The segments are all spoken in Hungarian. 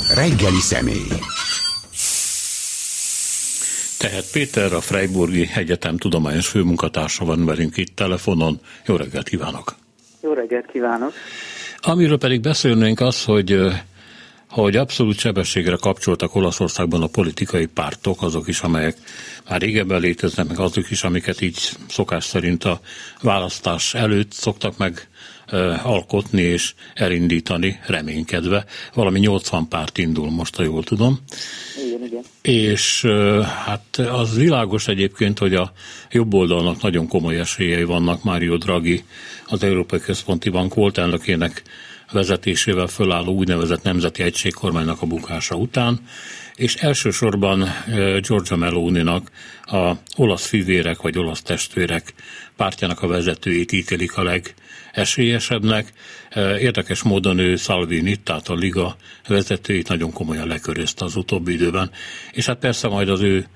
Reggeli személy. Tehát Péter, a Freiburgi Egyetem tudományos főmunkatársa van velünk itt telefonon. Jó reggelt kívánok! Jó reggelt kívánok! Amiről pedig beszélnénk az, hogy abszolút sebességre kapcsoltak Olaszországban a politikai pártok, azok is, amelyek már régebben léteznek, meg azok is, amiket így szokás szerint a választás előtt szoktak meg alkotni és elindítani, reménykedve. Valami 80 párt indul most, ha jól tudom. Igen. És hát az világos egyébként, hogy a jobb oldalnak nagyon komoly esélyei vannak. Mario Draghi, az Európai Központi Bank volt elnökének vezetésével fölálló úgynevezett nemzeti egységkormánynak a bukása után, és elsősorban Giorgia Meloninak, a olasz fivérek vagy olasz testvérek pártjának a vezetőjét ítélik a legesélyesebbnek. Érdekes módon ő Salvinit, tehát a Liga vezetőjét nagyon komolyan lekörözte az utóbbi időben, és hát persze majd az ő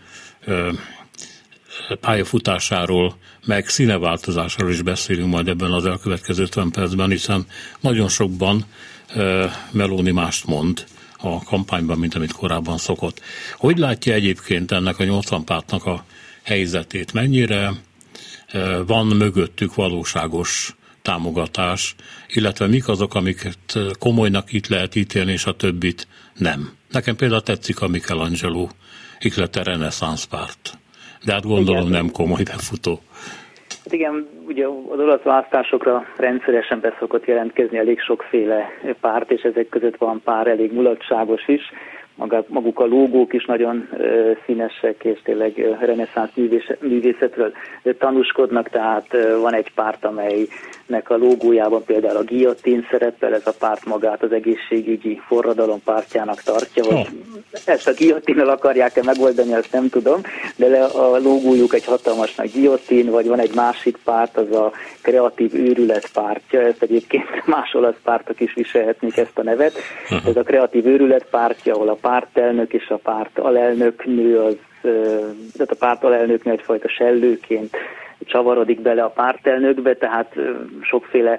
pályafutásáról, meg színeváltozásáról is beszélünk majd ebben az elkövetkező 50 percben, hiszen nagyon sokban Meloni mást mond a kampányban, mint amit korábban szokott. Hogy látja egyébként ennek a 80 pártnak a helyzetét? Mennyire van mögöttük valóságos támogatás, illetve mik azok, amiket komolynak itt lehet ítélni, és a többit nem? Nekem például tetszik a Michelangelo iklete reneszánsz párt. De hát gondolom nem komoly befutó. Hát igen, ugye az olasz választásokra rendszeresen beszokott jelentkezni elég sokféle párt, és ezek között van pár elég mulatságos is. Maguk a logók is nagyon színesek, és tényleg reneszánsz művészetről tanúskodnak, tehát van egy párt, amelynek a logójában például a guillotine szerepel, ez a párt magát az egészségügyi forradalom pártjának tartja, hogy ezt a guillotine-nal akarják-e megoldani, azt nem tudom, de a logójuk egy hatalmas nagy guillotine, vagy van egy másik párt, az a kreatív őrület pártja, ezt egyébként más olasz pártok is viselhetnék ezt a nevet. Ez a kreatív őrület pártja, ahol a pártelnök és a párt alelnöknő, tehát a párt alelnöknő egyfajta sellőként csavarodik bele a pártelnökbe, tehát sokféle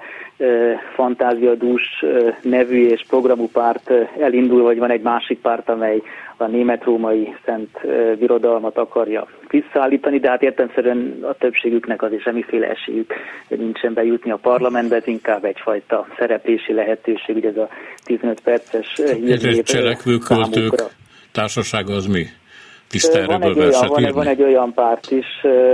fantáziadús nevű és programú párt elindul, vagy van egy másik párt, amely a német-római szent birodalmat akarja visszaállítani, de hát értelemszerűen a többségüknek azért semmiféle esélyük nincsen bejutni a parlamentbe, ez inkább egyfajta szereplési lehetőség, ugye ez a 15 perces hírnép cselekvőköltők társasága az mi? Van egy olyan párt is,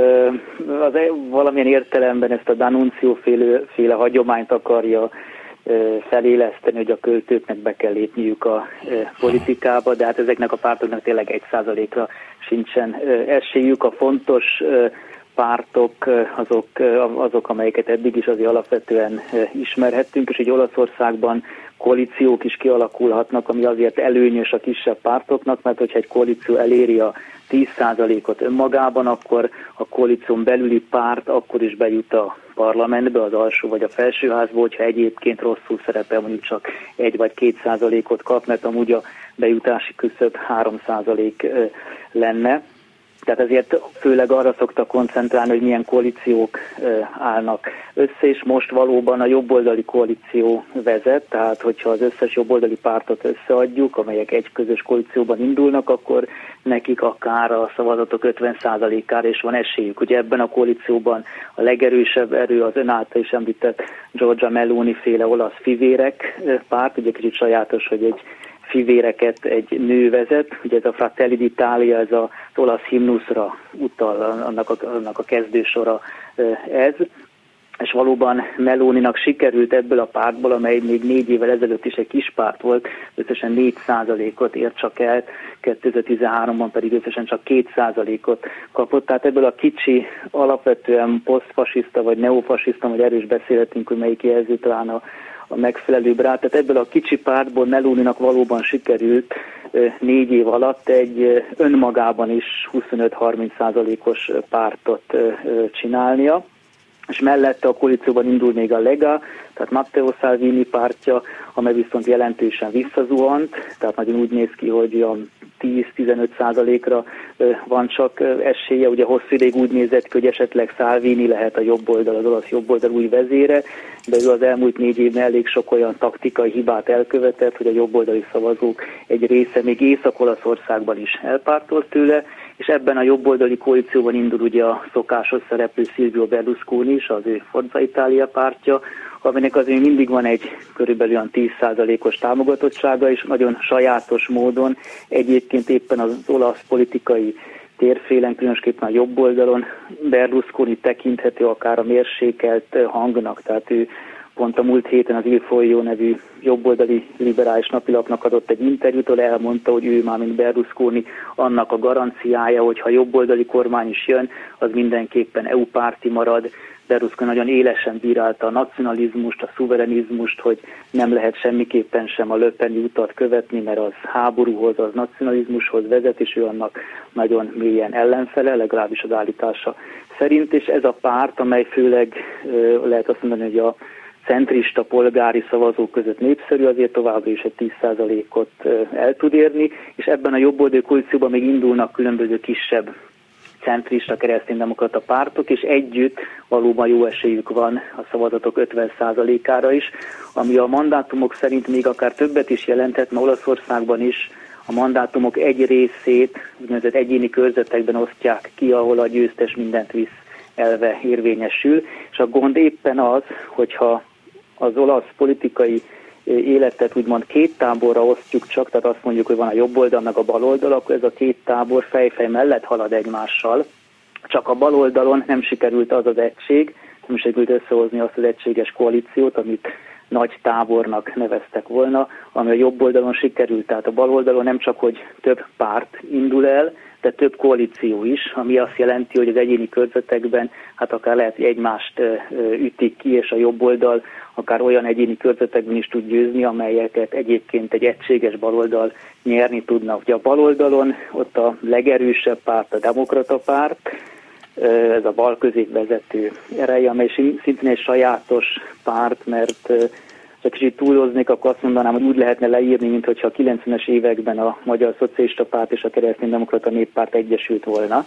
valamilyen értelemben ezt a D'Annunzio féle hagyományt akarja feléleszteni, hogy a költőknek be kell lépniük a politikába, de hát ezeknek a pártoknak tényleg 1%-ra sincsen esélyük. A fontos pártok azok, amelyeket eddig is azért alapvetően ismerhettünk, és így Olaszországban koalíciók is kialakulhatnak, ami azért előnyös a kisebb pártoknak, mert hogyha egy koalíció eléri a 10%-ot önmagában, akkor a koalíción belüli párt akkor is bejut a parlamentbe, az alsó vagy a felsőházba, hogyha egyébként rosszul szerepel, mondjuk csak 1 vagy 2%-ot kap, mert amúgy a bejutási küszöb 3% lenne. Tehát ezért főleg arra szoktak koncentrálni, hogy milyen koalíciók állnak össze, és most valóban a jobboldali koalíció vezet, tehát hogyha az összes jobboldali pártot összeadjuk, amelyek egy közös koalícióban indulnak, akkor nekik akár a szavazatok 50%-ára is van esélyük. Ugye ebben a koalícióban a legerősebb erő az ön által is említett Giorgia Meloni féle olasz fivérek párt, ugye kicsit sajátos, hogy egy fivéreket egy nő vezet, ugye ez a Fratelli d'Italia, ez az olasz himnuszra utal, annak a kezdősora ez, és valóban Meloninak sikerült ebből a pártból, amely még 4 évvel ezelőtt is egy kis párt volt, összesen 4%-ot ért csak el, 2013-ban pedig összesen csak 2%-ot kapott, tehát ebből a kicsi, alapvetően posztfasiszta vagy neofasiszta, vagy erős beszélhetünk, hogy melyik jelző talán a megfelelőbb rá. Tehát ebből a kicsi pártból Meloninak valóban sikerült 4 év alatt egy önmagában is 25-30%-os pártot csinálnia, és mellette a koalícióban indul még a Lega, tehát Matteo Salvini pártja, amely viszont jelentősen visszazuhant, tehát nagyon úgy néz ki, hogy 10-15%-ra van csak esélye. Ugye hosszú ideig úgy nézett ki, hogy esetleg Salvini lehet a jobboldal, az olasz jobboldal új vezére, de ő az elmúlt 4 évben elég sok olyan taktikai hibát elkövetett, hogy a jobboldali szavazók egy része még Észak-Olaszországban is elpártolt tőle, és ebben a jobboldali koalícióban indul ugye a szokásos szereplő Silvio Berlusconi is, az ő Forza Italia pártja, aminek azért mindig van egy körülbelül olyan 10%-os támogatottsága, és nagyon sajátos módon egyébként éppen az olasz politikai térfélen, különösképpen a jobb oldalon Berlusconi tekinthető akár a mérsékelt hangnak, tehát ő pont a múlt héten az Il Foglio nevű jobboldali liberális napilapnak adott egy interjút, ahol elmondta, hogy ő már, mint Berlusconi, annak a garanciája, hogy ha jobboldali kormány is jön, az mindenképpen EU párti marad. Berlusconi nagyon élesen bírálta a nacionalizmust, a szuverenizmust, hogy nem lehet semmiképpen sem a Le Pen utat követni, mert az háborúhoz, az nacionalizmushoz vezet, és ő annak nagyon mélyen ellenfele, legalábbis az állítása szerint, és ez a párt, amely főleg lehet azt mondani, hogy a centrista polgári szavazók között népszerű, azért továbbra is egy 10%-ot el tud érni, és ebben a jobboldali koalícióban még indulnak különböző kisebb centrista kereszténydemokrata pártok, és együtt valóban jó esélyük van a szavazatok 50%-ára is, ami a mandátumok szerint még akár többet is jelenthet, mert Olaszországban is a mandátumok egy részét úgynevezett egyéni körzetekben osztják ki, ahol a győztes mindent visz elve érvényesül, és a gond éppen az, hogyha az olasz politikai életet úgymond két táborra osztjuk csak, tehát azt mondjuk, hogy van a jobb oldal, meg a bal oldal, akkor ez a két tábor fejfej mellett halad egymással. Csak a bal oldalon nem sikerült az az egység, nem sikerült összehozni azt az egységes koalíciót, amit nagy tábornak neveztek volna, ami a jobb oldalon sikerült. Tehát a bal oldalon nem csak, hogy több párt indul el, de több koalíció is, ami azt jelenti, hogy az egyéni körzetekben hát akár lehet, hogy egymást ütik ki, és a jobb oldal akár olyan egyéni körzetekben is tud győzni, amelyeket egyébként egy egységes baloldal nyerni tudna. Ugye a baloldalon ott a legerősebb párt, a demokrata párt, ez a bal közép vezető ereje, amely szintén egy sajátos párt, mert csak kicsit túloznék, akkor azt mondanám, hogy úgy lehetne leírni, mint hogyha a 90-es években a Magyar Szocialista Párt és a Kereszténydemokrata Néppárt egyesült volna.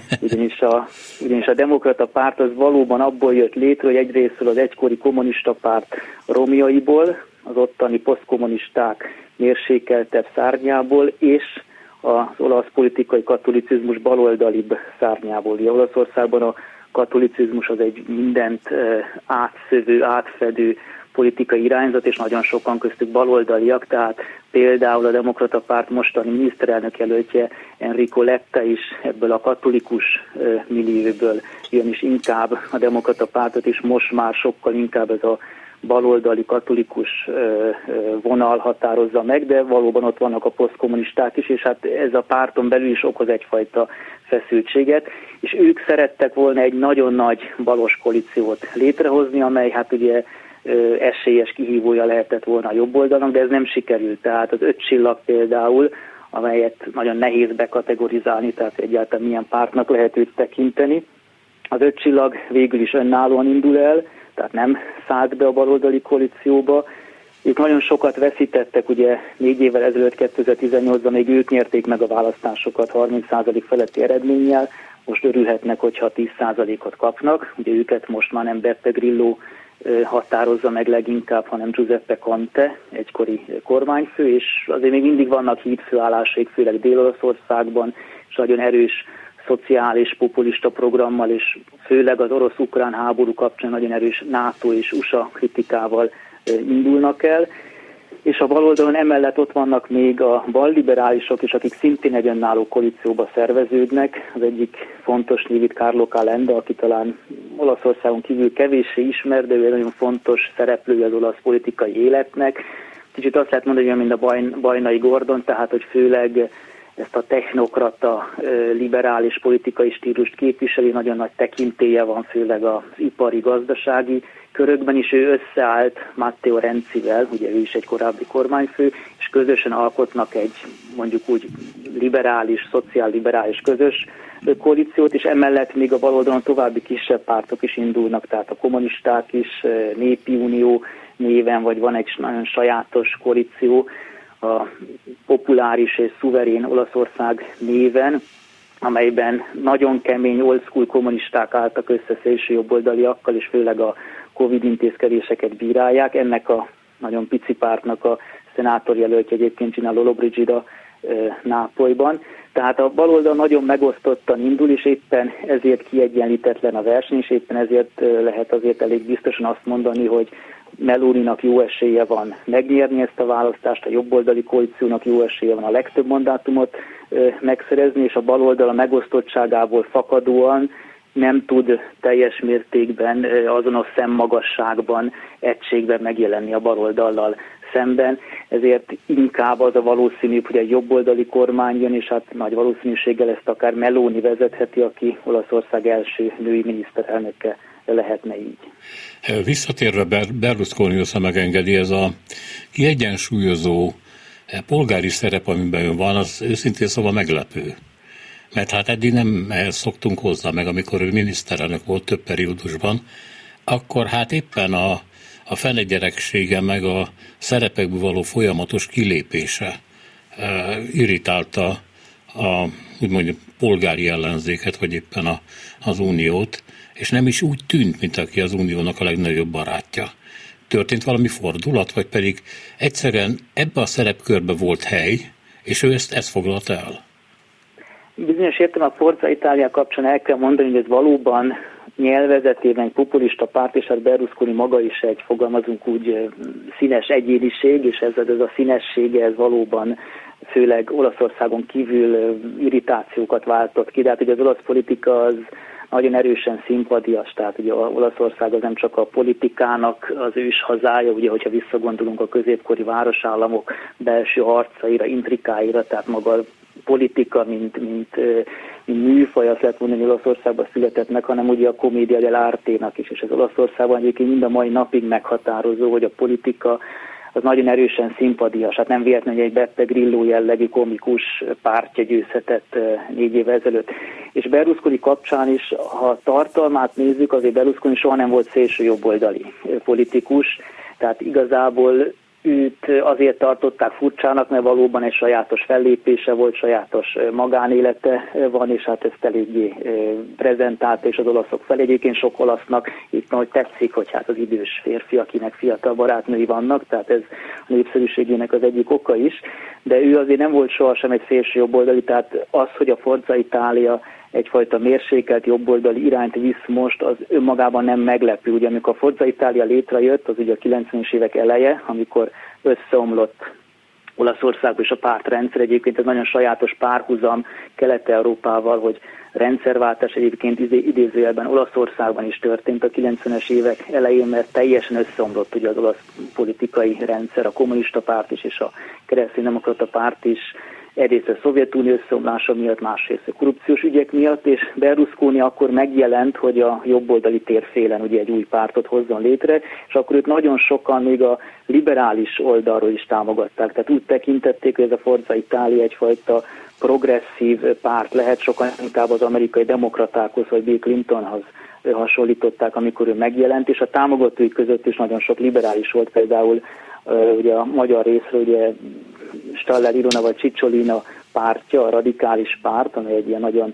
Ugyanis a demokrata párt az valóban abból jött létre, hogy egyrésztről az egykori kommunista párt romjaiból, az ottani posztkommunisták mérsékeltebb szárnyából, és az olasz politikai katolicizmus baloldalibb szárnyából. Ugye Olaszországban a katolicizmus az egy mindent átszövő, átfedő politikai irányzat, és nagyon sokan köztük baloldaliak, tehát például a demokrata párt mostani miniszterelnök jelöltje Enrico Letta is ebből a katolikus millióből jön, is inkább a demokrata pártot is most már sokkal inkább ez a baloldali katolikus vonal határozza meg, de valóban ott vannak a posztkommunisták is, és hát ez a párton belül is okoz egyfajta feszültséget, és ők szerettek volna egy nagyon nagy balos koalíciót létrehozni, amely hát ugye esélyes kihívója lehetett volna a jobb oldalon, de ez nem sikerült. Tehát az 5 csillag például, amelyet nagyon nehéz bekategorizálni, tehát egyáltalán milyen pártnak lehet őt tekinteni. Az 5 csillag végül is önállóan indul el, tehát nem szállt be a baloldali koalícióba. Ők nagyon sokat veszítettek, ugye 4 évvel ezelőtt 2018-ban még ők nyerték meg a választásokat 30% feletti eredménnyel, most örülhetnek, hogyha 10%-ot kapnak. Ugye őket most már nem Beppe Grillo határozza meg leginkább, hanem Giuseppe Conte, egykori kormányfő, és azért még mindig vannak hídfőállásaik, főleg Dél-Olaszországban, és nagyon erős szociális, populista programmal, és főleg az orosz-ukrán háború kapcsán nagyon erős NATO és USA kritikával indulnak el. És a baloldalon emellett ott vannak még a balliberálisok is, akik szintén egy önálló koalícióba szerveződnek. Az egyik fontos név itt Carlo Calenda, aki talán Olaszországon kívül kevéssé ismer, de ő egy nagyon fontos szereplője az olasz politikai életnek. Kicsit azt lehet mondani, hogy mint a Bajnai Gordon, tehát hogy főleg ezt a technokrata liberális politikai stílust képviseli, nagyon nagy tekintélye van, főleg az ipari, gazdasági körökben is. Ő összeállt Matteo Renzivel, ugye ő is egy korábbi kormányfő, és közösen alkotnak egy mondjuk úgy liberális, szociálliberális közös koalíciót, és emellett még a baloldalon további kisebb pártok is indulnak, tehát a kommunisták is, Népi Unió néven, vagy van egy nagyon sajátos koalíció, a populáris és szuverén Olaszország néven, amelyben nagyon kemény old school kommunisták álltak össze szélsőjobboldaliakkal, és főleg a Covid intézkedéseket bírálják. Ennek a nagyon pici pártnak a szenátorjelöltje egyébként Gina Lollobrigida Nápolyban. Tehát a baloldal nagyon megosztottan indul, és éppen ezért kiegyenlítetlen a verseny, és éppen ezért lehet azért elég biztosan azt mondani, hogy Meloninak jó esélye van megnyerni ezt a választást, a jobboldali koalíciónak jó esélye van a legtöbb mandátumot megszerezni, és a baloldal a megosztottságából fakadóan nem tud teljes mértékben, azonos szemmagasságban, egységben megjelenni a baloldallal szemben, ezért inkább az a valószínűbb, hogy egy jobboldali kormány jön, és hát nagy valószínűséggel ezt akár Meloni vezetheti, aki Olaszország első női miniszterelnöke lehetne így. Visszatérve Berlusconi, ha megengedi, ez a kiegyensúlyozó polgári szerep, amiben ön van, az őszintén szóval meglepő. Mert hát eddig nem ehhez szoktunk hozzá, meg amikor ő miniszterelnök volt több periódusban, akkor hát éppen a fenegyereksége, meg a szerepekből való folyamatos kilépése irritálta úgymond polgári ellenzéket, vagy éppen az uniót, és nem is úgy tűnt, mint aki az uniónak a legnagyobb barátja. Történt valami fordulat, vagy pedig egyszerűen ebbe a szerepkörbe volt hely, és ő ezt foglalta el? Bizonyos értelemben a Forza Italia kapcsán el kell mondani, hogy ez valóban nyelvezetében egy populista párt, és hát Berlusconi maga is egy, fogalmazunk úgy, színes egyéniség, és ez a színessége, ez valóban főleg Olaszországon kívül irritációkat váltott ki, de hát ugye az olasz politika az nagyon erősen szimpadias, tehát ugye Olaszország az nem csak a politikának az ős hazája, ugye hogyha visszagondolunk a középkori városállamok belső harcaira, intrikáira, tehát maga a politika, mint műfaj, azt lehet mondani, hogy Olaszországban született meg, hanem ugye a Commedia dell'arte-nak is, és az Olaszországban egyébként mind a mai napig meghatározó, hogy a politika az nagyon erősen szimpadias, hát nem véletlenül, hogy egy Beppe Grillo jellegű komikus pártja győzhetett 4 évvel ezelőtt. És Berlusconi kapcsán is, ha a tartalmát nézzük, azért Berlusconi soha nem volt szélsőjobboldali politikus, tehát igazából őt azért tartották furcsának, mert valóban egy sajátos fellépése volt, sajátos magánélete van, és hát ezt eléggé prezentálta, és az olaszok felé. Egyébként sok olasznak itt hogy tetszik, hogy hát az idős férfi, akinek fiatal barátnői vannak, tehát ez a népszerűségének az egyik oka is, de ő azért nem volt sohasem egy szélsőjobboldali, tehát az, hogy a Forza Italia egyfajta mérsékelt jobboldali irányt visz most, az önmagában nem meglepő. Ugye amikor a Forza Italia létrejött, az ugye a 90-es évek eleje, amikor összeomlott Olaszországban és a pártrendszer, egyébként ez nagyon sajátos párhuzam Kelet-Európával, hogy rendszerváltás egyébként idézőjelben Olaszországban is történt a 90-es évek elején, mert teljesen összeomlott ugye az olasz politikai rendszer, a kommunista párt is és a kereszténydemokrata párt is, egyrészt a Szovjetunió összeomlása miatt, másrészt a korrupciós ügyek miatt, és Berlusconi akkor megjelent, hogy a jobboldali térfélen ugye egy új pártot hozzon létre, és akkor őt nagyon sokan még a liberális oldalról is támogatták. Tehát úgy tekintették, hogy ez a Forza Italia egyfajta progresszív párt lehet, sokan inkább az amerikai demokratákhoz, vagy Bill Clintonhoz hasonlították, amikor ő megjelent, és a támogatói között is nagyon sok liberális volt, például ugye a magyar részről ugye Staller Ilona vagy Cicciolina pártja, a radikális párt, amely egy ilyen nagyon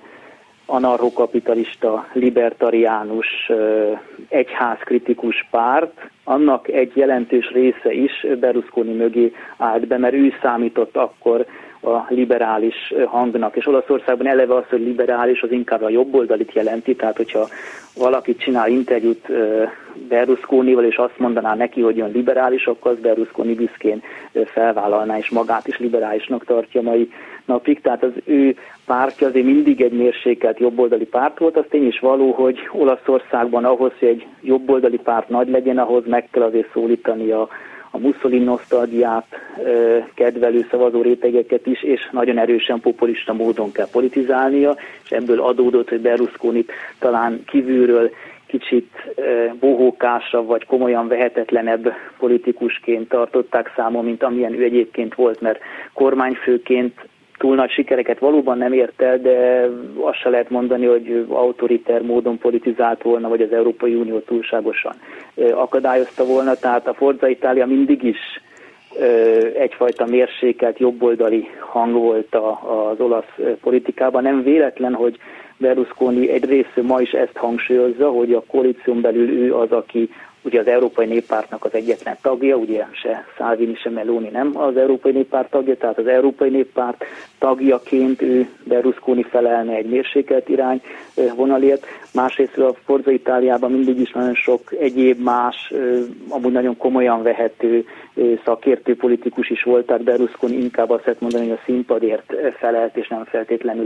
anarchokapitalista, libertariánus, egyházkritikus párt, annak egy jelentős része is Berlusconi mögé állt be, mert ő számított akkor a liberális hangnak. És Olaszországban eleve az, hogy liberális, az inkább a jobboldalit jelenti, tehát hogyha valaki csinál interjút Berlusconival, és azt mondaná neki, hogy jön liberális, akkor az Berlusconi büszkén felvállalná, és magát is liberálisnak tartja mai napig. Tehát az ő pártja azért mindig egy mérsékelt jobboldali párt volt, az tény is való, hogy Olaszországban ahhoz, hogy egy jobboldali párt nagy legyen, ahhoz meg kell azért szólítani a Mussolini nosztalgiát kedvelő szavazó rétegeket is, és nagyon erősen populista módon kell politizálnia, és ebből adódott, hogy Berlusconit talán kívülről kicsit bohókásabb vagy komolyan vehetetlenebb politikusként tartották számon, mint amilyen ő egyébként volt, mert kormányfőként túl nagy sikereket valóban nem ért el, de azt se lehet mondani, hogy autoriter módon politizált volna, vagy az Európai Unió túlságosan akadályozta volna. Tehát a Forza Italia mindig is egyfajta mérsékelt jobboldali hang volt az olasz politikában. Nem véletlen, hogy Berlusconi egyrészt ma is ezt hangsúlyozza, hogy a koalíción belül ő az, aki ugye az Európai Néppártnak az egyetlen tagja, ugye se Salvini, se Meloni nem az Európai Néppárt tagja, tehát az Európai Néppárt tagjaként ő Berlusconi felelne egy mérsékelt irányvonalért. Másrészt a Forza Itáliában mindig is nagyon sok egyéb más, amúgy nagyon komolyan vehető szakértő politikus is volt, tehát Berlusconi inkább azt lehet mondani, hogy a színpadért felelt, és nem feltétlenül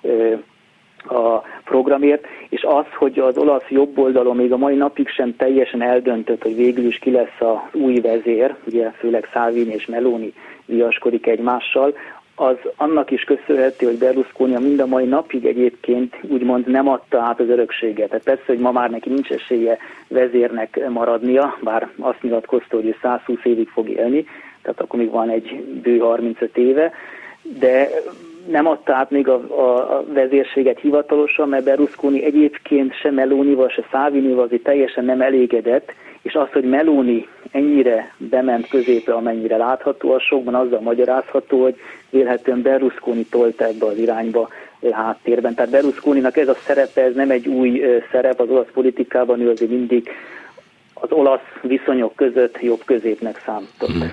a programért, és az, hogy az olasz jobboldalon még a mai napig sem teljesen eldöntött, hogy végül is ki lesz az új vezér, ugye főleg Salvini és Meloni viaskodik egymással, az annak is köszönhető, hogy Berlusconi mind a mai napig egyébként úgymond nem adta át az örökséget. Tehát persze, hogy ma már neki nincs esélye vezérnek maradnia, bár azt nyilatkozta, hogy ő 120 évig fog élni, tehát akkor még van egy bő 35 éve, de nem adta át még a vezérséget hivatalosan, mert Berlusconi egyébként se Melonival, se Salvinival azért teljesen nem elégedett, és az, hogy Meloni ennyire bement középre, amennyire látható, az sokban azzal magyarázható, hogy vélhetően Berlusconi tolta ebbe az irányba háttérben. Tehát Berlusconinak ez a szerepe, ez nem egy új szerep az olasz politikában, ő azért mindig az olasz viszonyok között jobb középnek számított.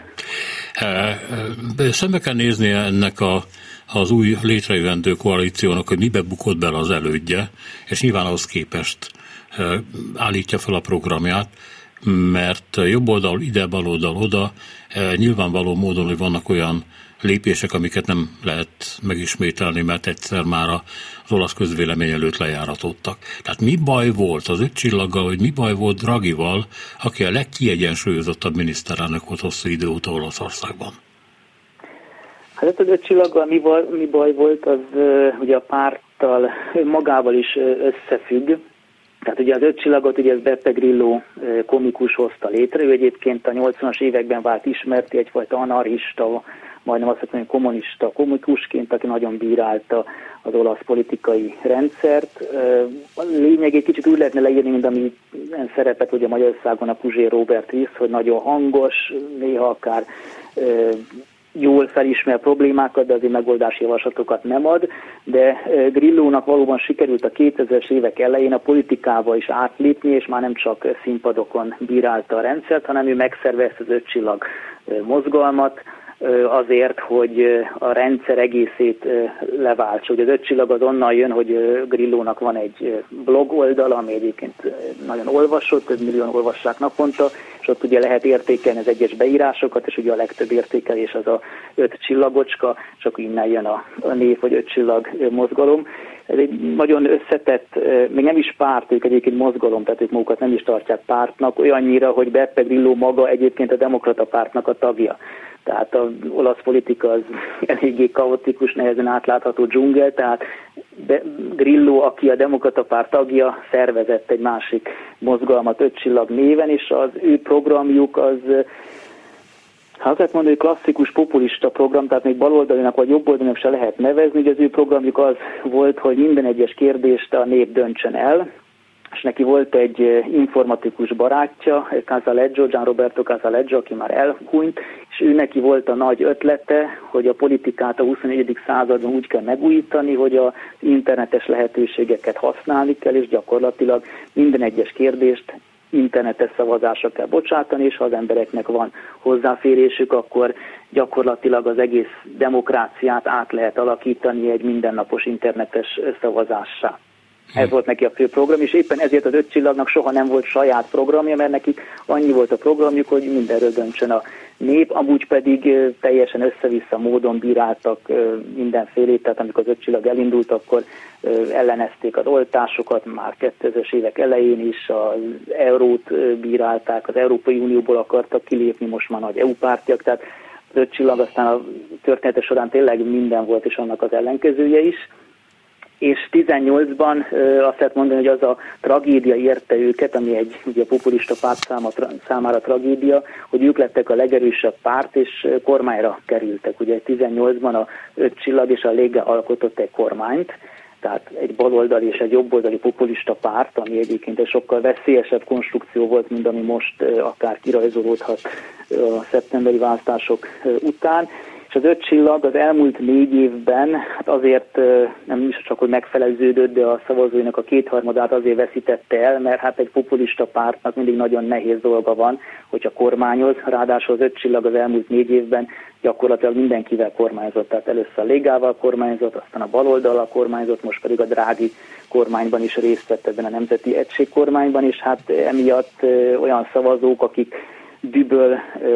Szembe kell nézni ennek az új létrejövendő koalíciónak, hogy mibe bukott bele az elődje, és nyilván ahhoz képest állítja fel a programját, mert jobb oldal ide, bal oldal oda, nyilvánvaló módon, hogy vannak olyan lépések, amiket nem lehet megismételni, mert egyszer már az olasz közvélemény előtt lejáratottak. Tehát mi baj volt az 5 csillaggal, hogy mi baj volt Draghival, aki a legkiegyensúlyozottabb miniszterelnök volt hosszú idő óta Olaszországban? Hát az 5 csillaggal mi baj volt, az ugye a párttal magával is összefügg. Tehát ugye az 5 csillagot ugye ez Beppe Grillo komikus hozta létre, ő egyébként a 80-as években vált ismerté, egyfajta anarchista, majdnem azt mondom, hogy kommunista komikusként, aki nagyon bírálta az olasz politikai rendszert. A lényegét kicsit úgy lehetne leírni, mint ami szerepet ugye Magyarországon a Puzsér Robert visz, hogy nagyon hangos, néha akár jól felismer problémákat, de azért megoldási javaslatokat nem ad, de Grillónak valóban sikerült a 2000-es évek elején a politikába is átlépni, és már nem csak színpadokon bírálta a rendszert, hanem ő megszervezte az 5 csillag mozgalmat, azért, hogy a rendszer egészét leváltsa. Ugye az 5 csillag az onnan jön, hogy Grillónak van egy blog oldala, ami egyébként nagyon olvasott, több millióan olvassák naponta, és ott ugye lehet értékelni az egyes beírásokat, és ugye a legtöbb értékelés az a 5 csillagocska, és akkor innen jön a név, hogy 5 csillag mozgalom. Ez egy nagyon összetett, még nem is párt, ők egyébként mozgalom, tehát ők magukat nem is tartják pártnak, olyannyira, hogy Beppe Grillo maga egyébként a demokrata pártnak a tagja. Tehát az olasz politika az eléggé kaotikus, nehezen átlátható dzsungel, tehát Grillo, aki a demokrata párt tagja, szervezett egy másik mozgalmat 5 csillag néven, és az ő programjuk az, hát lehet mondani, hogy klasszikus populista program, tehát még baloldalinak vagy jobboldalinak se lehet nevezni, hogy az ő programjuk az volt, hogy minden egyes kérdést a nép döntsön el, és neki volt egy informatikus barátja, Casaleggio, Gian Roberto Casaleggio, aki már elhunyt, és ő neki volt a nagy ötlete, hogy a politikát a 21. században úgy kell megújítani, hogy az internetes lehetőségeket használni kell, és gyakorlatilag minden egyes kérdést internetes szavazásra kell bocsátani, és ha az embereknek van hozzáférésük, akkor gyakorlatilag az egész demokráciát át lehet alakítani egy mindennapos internetes szavazássá. Ez volt neki a fő program, és éppen ezért az 5 csillagnak soha nem volt saját programja, mert nekik annyi volt a programjuk, hogy mindenről döntsön a nép, amúgy pedig teljesen össze-vissza módon bíráltak mindenfélét, tehát amikor az 5 csillag elindult, akkor ellenezték az oltásokat, már 2000-es évek elején is az eurót bírálták, az Európai Unióból akartak kilépni, most már nagy EU pártiak, tehát az 5 csillag aztán a története során tényleg minden volt, és annak az ellenkezője is. És 18-ban azt lehet mondani, hogy az a tragédia érte őket, ami egy ugye, populista párt számára tragédia, hogy ők lettek a legerősebb párt, és kormányra kerültek. Ugye 18-ban a 5 csillag és a Lega alkotott egy kormányt, tehát egy baloldali és egy jobboldali populista párt, ami egyébként egy sokkal veszélyesebb konstrukció volt, mint ami most akár kirajzolódhat a szeptemberi választások után. És az 5 csillag az elmúlt 4 évben hát azért nem is csak, hogy megfeleződött, de a szavazóinak a 2/3 azért veszítette el, mert hát egy populista pártnak mindig nagyon nehéz dolga van, hogyha kormányoz. Ráadásul az 5 csillag az elmúlt 4 évben gyakorlatilag mindenkivel kormányzott. Tehát először a Légával kormányzott, aztán a baloldallal kormányzott, most pedig a Draghi kormányban is részt vett, ebben a Nemzeti Egység kormányban, és hát emiatt olyan szavazók, akik düböl,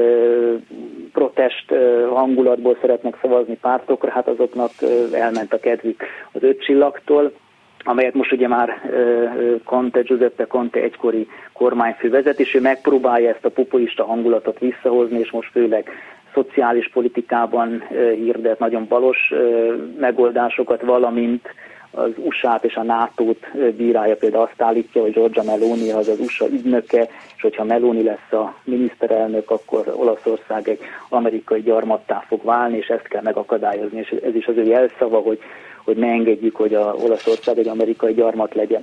protest hangulatból szeretnek szavazni pártokra, hát azoknak elment a kedvük az 5 csillagtól, amelyet most ugye már Giuseppe Conte egykori kormányfő vezet, és ő megpróbálja ezt a populista hangulatot visszahozni, és most főleg szociális politikában hirdet nagyon balos megoldásokat, valamint az USA-t és a NATO-t bírálja, például azt állítja, hogy Giorgia Meloni az USA ügynöke, és hogyha Meloni lesz a miniszterelnök, akkor Olaszország egy amerikai gyarmattá fog válni, és ezt kell megakadályozni, és ez is az ő jelszava, hogy ne engedjük, hogy Olaszország egy amerikai gyarmat legyen.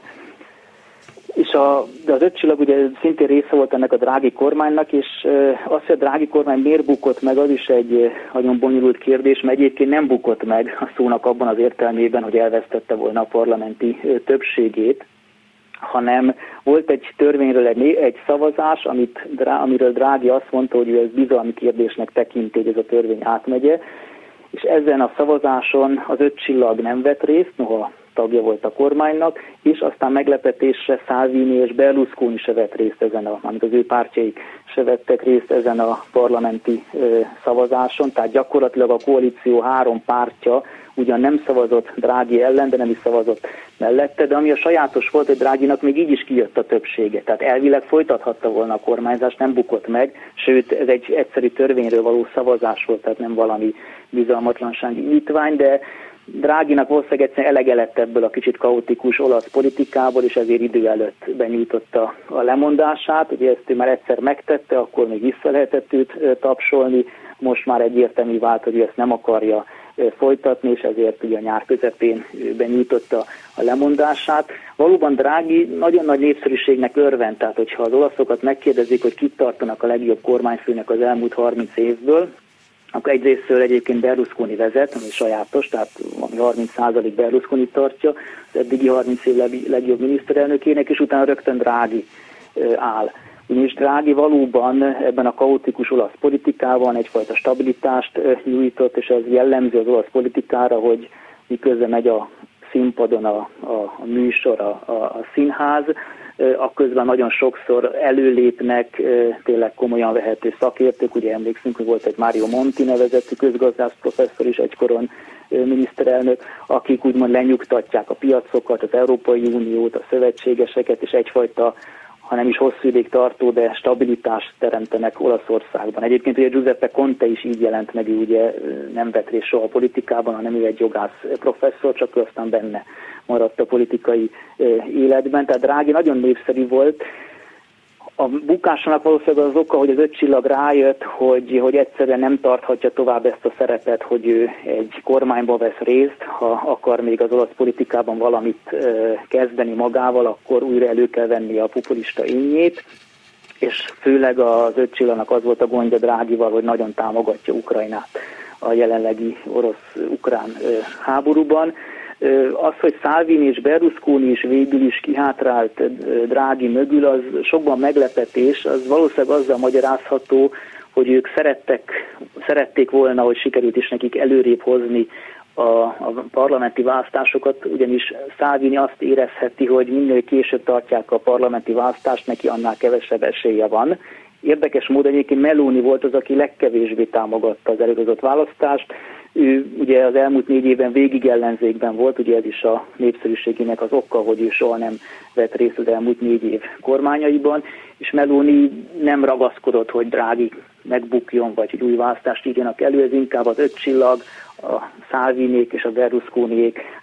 De az 5 csillag ugye szintén része volt ennek a Draghi kormánynak, és az, hogy a Draghi kormány miért bukott meg, az is egy nagyon bonyolult kérdés, mert egyébként nem bukott meg a szónak abban az értelmében, hogy elvesztette volna a parlamenti többségét, hanem volt egy törvényről egy szavazás, amiről Draghi azt mondta, hogy ő ezt bizalmi kérdésnek tekinti, hogy ez a törvény átmegye, és ezen a szavazáson az 5 csillag nem vett részt, noha tagja volt a kormánynak, és aztán meglepetésre Salvini és Berlusconi se vett részt amit az ő pártjaik se vettek részt ezen a parlamenti szavazáson, tehát gyakorlatilag a koalíció 3 pártja ugyan nem szavazott Draghi ellen, de nem is szavazott mellette, de ami a sajátos volt, hogy Draghinak még így is kijött a többsége, tehát elvileg folytathatta volna a kormányzást, nem bukott meg, sőt ez egy egyszerű törvényről való szavazás volt, tehát nem valami bizalmatlansági indítvány, de Draghinak valószínűleg egyszerűen elege lett ebből a kicsit kaotikus olasz politikából, és ezért idő előtt benyújtotta a lemondását. Ugye ezt ő már egyszer megtette, akkor még vissza lehetett őt tapsolni, most már egyértelmű vált, hogy ő ezt nem akarja folytatni, és ezért ugye a nyár közepén benyújtotta a lemondását. Valóban Draghi nagyon nagy népszerűségnek örvend, tehát hogyha az olaszokat megkérdezik, hogy kit tartanak a legjobb kormányfőnek az elmúlt 30 évből, akkor egyrésztől egyébként Berlusconi vezet, ami sajátos, tehát 30% Berlusconi tartja, az eddigi 30 év legjobb miniszterelnökének, és utána rögtön Draghi áll. Ugyanis Draghi valóban ebben a kaotikus olasz politikában egyfajta stabilitást nyújtott, és ez jellemző az olasz politikára, hogy miközben megy a színpadon a műsor, a színház, akközben nagyon sokszor előlépnek tényleg komolyan vehető szakértők, ugye emlékszünk, hogy volt egy Mario Monti nevezetű közgazdász professzor is egykoron miniszterelnök, akik úgymond lenyugtatják a piacokat, az Európai Uniót, a szövetségeseket, és egyfajta, ha nem is hosszú ideig tartó, de stabilitást teremtenek Olaszországban. Egyébként ugye Giuseppe Conte is így jelent meg, ő ugye nem vett részt soha a politikában, hanem ő egy jogász professzor, csak ő aztán benne maradt a politikai életben. Tehát Draghi nagyon népszerű volt. A bukásának valószínűleg az oka, hogy az 5 csillag rájött, hogy egyszerűen nem tarthatja tovább ezt a szerepet, hogy ő egy kormányba vesz részt, ha akar még az olasz politikában valamit kezdeni magával, akkor újra elő kell venni a populista énjét, és főleg az 5 csillagnak az volt a gondja Draghival, hogy nagyon támogatja Ukrajnát a jelenlegi orosz-ukrán háborúban. Az, hogy Salvini és Berlusconi is végül is kihátrált Draghi mögül, az sokban meglepetés, az valószínűleg azzal magyarázható, hogy ők szerették volna, hogy sikerült is nekik előrébb hozni a parlamenti választásokat, ugyanis Salvini azt érezheti, hogy minél később tartják a parlamenti választást, neki annál kevesebb esélye van. Érdekes módon egyébként Meloni volt az, aki legkevésbé támogatta az előrehozott választást. Ő ugye az elmúlt 4 évben végig ellenzékben volt, ugye ez is a népszerűségének az oka, hogy ő soha nem vett részt az elmúlt 4 év kormányaiban, és Meloni nem ragaszkodott, hogy Draghi megbukjon, vagy hogy új választást írjanak elő, ez inkább az 5 csillag, a Salvinék és a Berlusconiék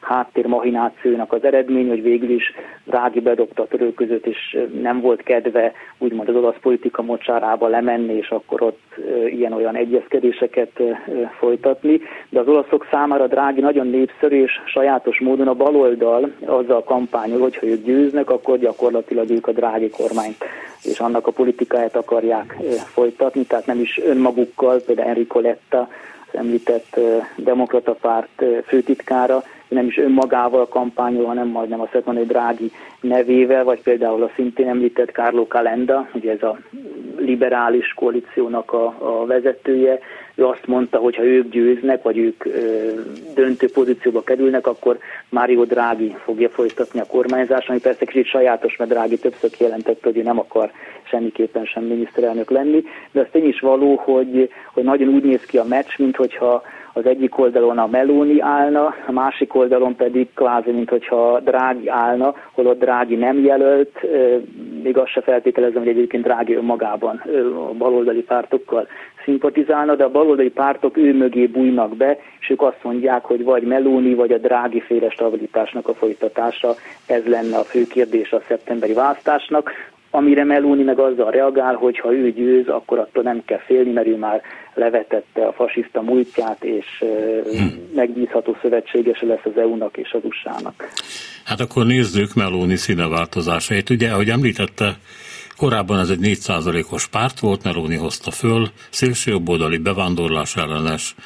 háttérmahinációnak az eredmény, hogy végül is Draghi bedobta a törölközőt, és nem volt kedve úgymond az olasz politika mocsárába lemenni, és akkor ott ilyen-olyan egyezkedéseket folytatni. De az olaszok számára Draghi nagyon népszerű, és sajátos módon a baloldal azzal kampányol, hogy ha ők győznek, akkor gyakorlatilag ők a Draghi kormányt és annak a politikáját akarják folytatni, tehát nem is önmagukkal, például Enrico Letta, az említett demokrata párt főtitkára, nem is önmagával kampányol, hanem majdnem azt lehet mondani, Draghi nevével, vagy például a szintén említett Carlo Calenda, ugye ez a liberális koalíciónak a vezetője, ő azt mondta, hogy ha ők győznek, vagy ők döntő pozícióba kerülnek, akkor Mario Draghi fogja folytatni a kormányzást, ami persze kicsit sajátos, mert Draghi többször kijelentette, hogy ő nem akar semmiképpen sem miniszterelnök lenni, de az tény is való, hogy nagyon úgy néz ki a meccs, minthogyha az egyik oldalon a Meloni állna, a másik oldalon pedig kvázi, minthogyha Draghi állna, holott Draghi nem jelölt, még azt se feltételezem, hogy egyébként Draghi önmagában a baloldali pártokkal szimpatizálna, de a baloldali pártok ő mögé bújnak be, és ők azt mondják, hogy vagy Meloni, vagy a Draghi féle stabilitásnak a folytatása, ez lenne a fő kérdés a szeptemberi választásnak, amire Meloni meg azzal reagál, hogy ha ő győz, akkor attól nem kell félni, mert ő már levetette a fasiszta múltját, és megbízható szövetségese lesz az EU-nak és az USA-nak. Hát akkor nézzük Meloni színeváltozásait. Ugye, ahogy említette, korábban ez egy 4%-os párt volt, Meloni hozta föl, szélsőjobboldali, bevándorlás ellenes,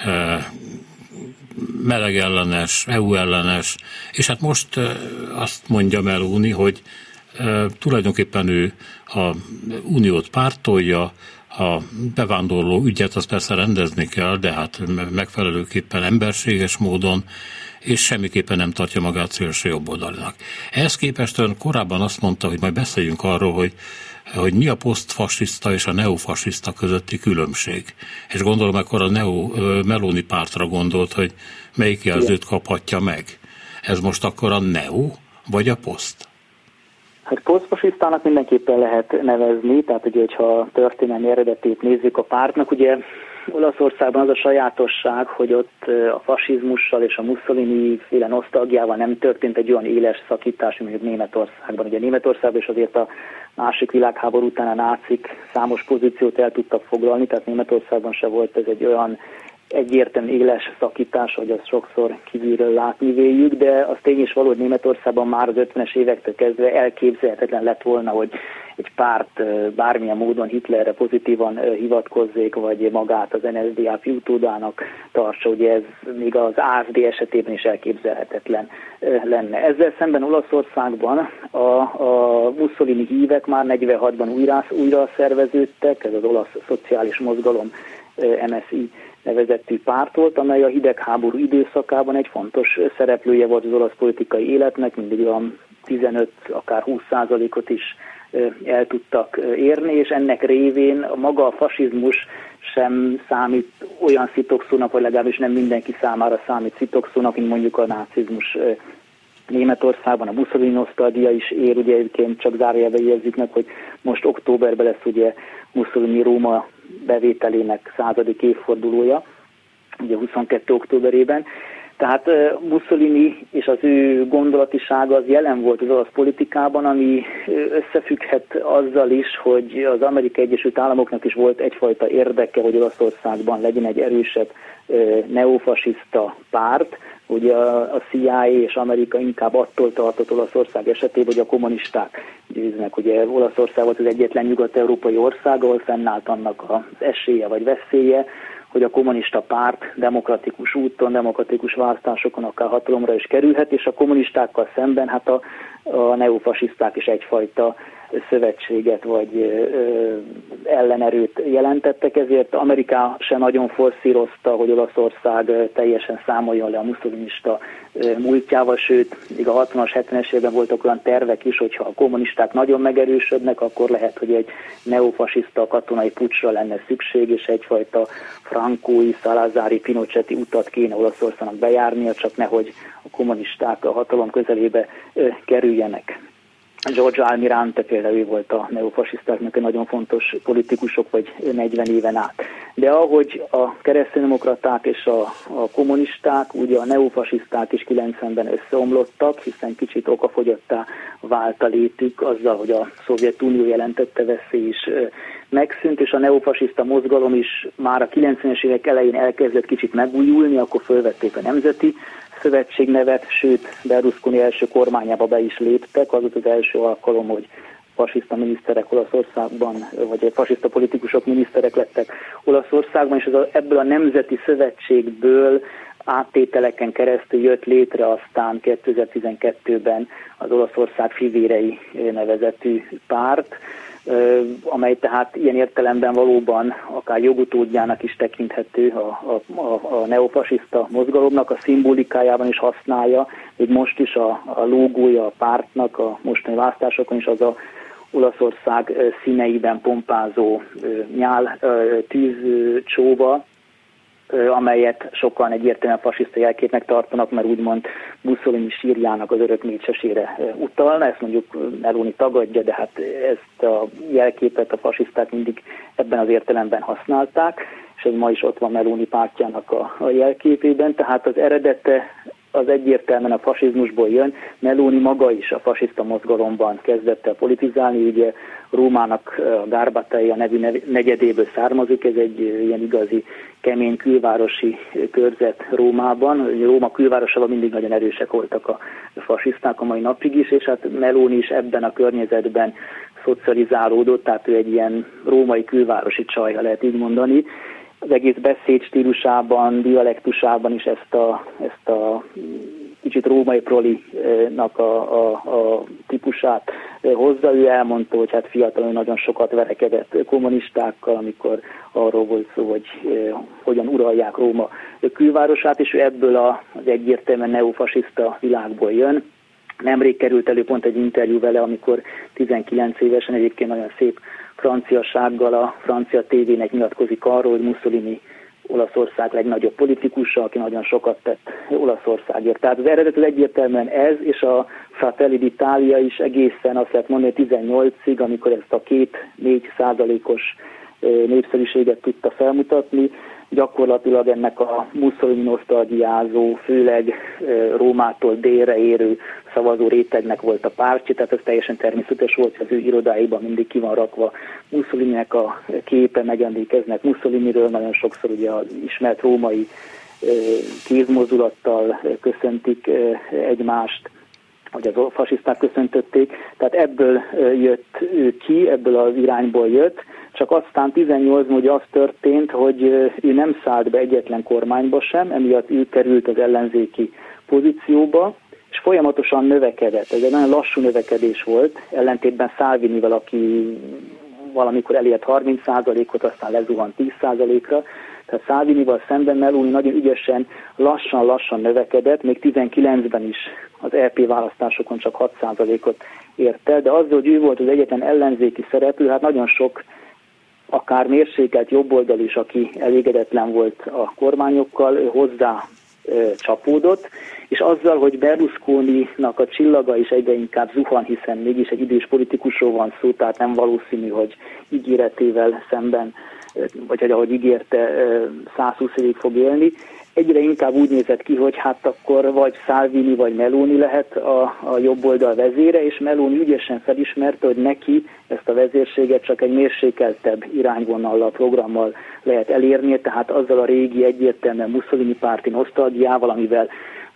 meleg ellenes, EU ellenes, és hát most azt mondja Meloni, hogy tulajdonképpen ő a uniót pártolja, a bevándorló ügyet azt persze rendezni kell, de hát megfelelőképpen emberséges módon, és semmiképpen nem tartja magát szélsőjobboldalinak. Ehhez képest ön korábban azt mondta, hogy majd beszéljünk arról, hogy mi a posztfasiszta és a neofasiszta közötti különbség. És gondolom, akkor a Meloni pártra gondolt, hogy melyik jelzőt kaphatja meg. Ez most akkor a neo vagy a poszt? Hát posztfasisztának mindenképpen lehet nevezni, tehát ugye, hogyha a történelmi eredetét nézzük a pártnak, ugye Olaszországban az a sajátosság, hogy ott a fasizmussal és a Mussolini-féle nosztalgiával nem történt egy olyan éles szakítás, mint Németországban. Ugye Németországban is azért a második világháború után a nácik számos pozíciót el tudtak foglalni, tehát Németországban se volt ez egy olyan egyértelműen éles szakítás, hogy azt sokszor kívülről látni véljük, de az tény is való, hogy Németországban már az 50-es évektől kezdve elképzelhetetlen lett volna, hogy egy párt bármilyen módon Hitlerre pozitívan hivatkozzék, vagy magát az NSDAP utódának tartsa, ugye ez még az AfD esetében is elképzelhetetlen lenne. Ezzel szemben Olaszországban a Mussolini hívek már 46-ban újra szerveződtek, ez az olasz szociális mozgalom MSI nevezettű párt volt, amely a hidegháború időszakában egy fontos szereplője volt az olasz politikai életnek, mindig olyan 15, akár 20%-ot is el tudtak érni, és ennek révén maga a fasizmus sem számít olyan szitokszónak, vagy legalábbis nem mindenki számára számít szitokszónak, mint mondjuk a nácizmus Németországban. A Mussolini nosztalgia is ér, ugye egyébként csak zárójelben jegyezzük meg, hogy most októberben lesz ugye Mussolini Róma bevételének 100. évfordulója, ugye 22. októberében. Tehát Mussolini és az ő gondolatisága az jelen volt az olasz politikában, ami összefügghet azzal is, hogy az Amerikai Egyesült Államoknak is volt egyfajta érdeke, hogy Olaszországban legyen egy erősebb neofasiszta párt. Ugye a CIA és Amerika inkább attól tartott Olaszország esetében, hogy a kommunisták győznek. Ugye Olaszország volt az egyetlen nyugat-európai ország, ahol fennállt annak az esélye vagy veszélye, hogy a kommunista párt demokratikus úton, demokratikus választásokon akár hatalomra is kerülhet, és a kommunistákkal szemben hát a neofasiszták is egyfajta szövetséget vagy ellenerőt jelentettek, ezért Amerika se nagyon forszírozta, hogy Olaszország teljesen számoljon le a muszolinista múltjával, sőt, még a 60-as, 70-es évben voltak olyan tervek is, hogyha a kommunisták nagyon megerősödnek, akkor lehet, hogy egy neofasiszta katonai puccsra lenne szükség, és egyfajta frankói, szalazári, pinochetti utat kéne Olaszországnak bejárnia, csak nehogy a kommunisták a hatalom közelébe kerüljenek. Giorgio Almirante például ő volt a neofasisztáknak egy nagyon fontos politikusok, vagy 40 éven át. De ahogy a kereszténydemokraták és a kommunisták, ugye a neofasiszták is 90-ben összeomlottak, hiszen kicsit okafogyottá vált a létük azzal, hogy a Szovjetunió jelentette veszély is megszűnt, és a neofasiszta mozgalom is már a 90-es évek elején elkezdett kicsit megújulni, akkor fölvették a Nemzeti Szövetség nevet, sőt Berlusconi első kormányába be is léptek, az volt az első alkalom, hogy fasiszta miniszterek Olaszországban, vagy fasiszta politikusok miniszterek lettek Olaszországban, és ebből a Nemzeti Szövetségből áttételeken keresztül jött létre aztán 2012-ben az Olaszország Fivérei nevezetű párt, amely tehát ilyen értelemben valóban akár jogutódjának is tekinthető a neofasiszta mozgalomnak, a szimbolikájában is használja, még most is a logója a pártnak, a mostani választásokon is az a Olaszország színeiben pompázó nyál tűzcsóva, amelyet sokan egyértelműen fasiszta jelképnek tartanak, mert úgymond Mussolini sírjának az örök mécsesére utalna. Ezt mondjuk Meloni tagadja, de hát ezt a jelképet a fasiszták mindig ebben az értelemben használták, és ez ma is ott van Meloni pártjának a jelképében, tehát az eredete az egyértelműen a fasizmusból jön. Meloni maga is a fasiszta mozgalomban kezdett el politizálni, ugye Rómának a Garbatella nevű negyedéből származik, ez egy ilyen igazi kemény külvárosi körzet Rómában. Róma külvárosában mindig nagyon erősek voltak a fasiszták a mai napig is, és hát Meloni is ebben a környezetben szocializálódott, tehát ő egy ilyen római külvárosi csaj, ha lehet így mondani. Az egész beszédstílusában, dialektusában is ezt a kicsit római prolinak a típusát hozza. Ő elmondta, hogy hát fiatalon nagyon sokat verekedett kommunistákkal, amikor arról volt szó, hogy hogyan uralják Róma külvárosát, és ő ebből az egyértelműen neofasiszta világból jön. Nemrég került elő pont egy interjú vele, amikor 19 évesen egyébként nagyon szép franciasággal a francia tévének nyilatkozik arról, hogy Mussolini Olaszország legnagyobb politikusa, aki nagyon sokat tett Olaszországért. Tehát az eredet az egyértelműen ez, és a Fratelli d'Italia is egészen azt lehet mondani, 18-ig, amikor ezt a 2-4% népszerűséget tudta felmutatni, gyakorlatilag ennek a Mussolini nosztalgiázó, főleg Rómától délre érő szavazó rétegnek volt a pártja, tehát ez teljesen természetes volt, hogy az ő irodáiban mindig ki van rakva Mussolininek a képe, megemlékeznek Mussoliniről, nagyon sokszor ugye az ismert római kézmozdulattal köszöntik egymást, hogy az fasiszták köszöntötték, tehát ebből jött ő ki, ebből az irányból jött, csak aztán 18-ban ugye az történt, hogy ő nem szállt be egyetlen kormányba sem, emiatt ő került az ellenzéki pozícióba, és folyamatosan növekedett. Ez egy nagyon lassú növekedés volt, ellentétben Salvinivel, aki valamikor elért 30%-ot, aztán lezuhant 10%-ra, tehát Salvinival szemben Meloni nagyon ügyesen, lassan növekedett, még 19-ben is az EP választásokon csak 6%-ot ért el, de azzal, hogy ő volt az egyetlen ellenzéki szereplő, hát nagyon sok akár mérsékelt jobboldal is, aki elégedetlen volt a kormányokkal, hozzá csapódott, és azzal, hogy Berlusconinak a csillaga is egyre inkább zuhan, hiszen mégis egy idős politikusról van szó, tehát nem valószínű, hogy ígéretével szemben, vagy hogy ahogy ígérte, 120 évig fog élni. Egyre inkább úgy nézett ki, hogy hát akkor vagy Salvini, vagy Meloni lehet a jobb oldal vezére, és Meloni ügyesen felismerte, hogy neki ezt a vezérséget csak egy mérsékeltebb irányvonallal, programmal lehet elérnie, tehát azzal a régi egyértelműen Mussolini párti nosztalgiával, amivel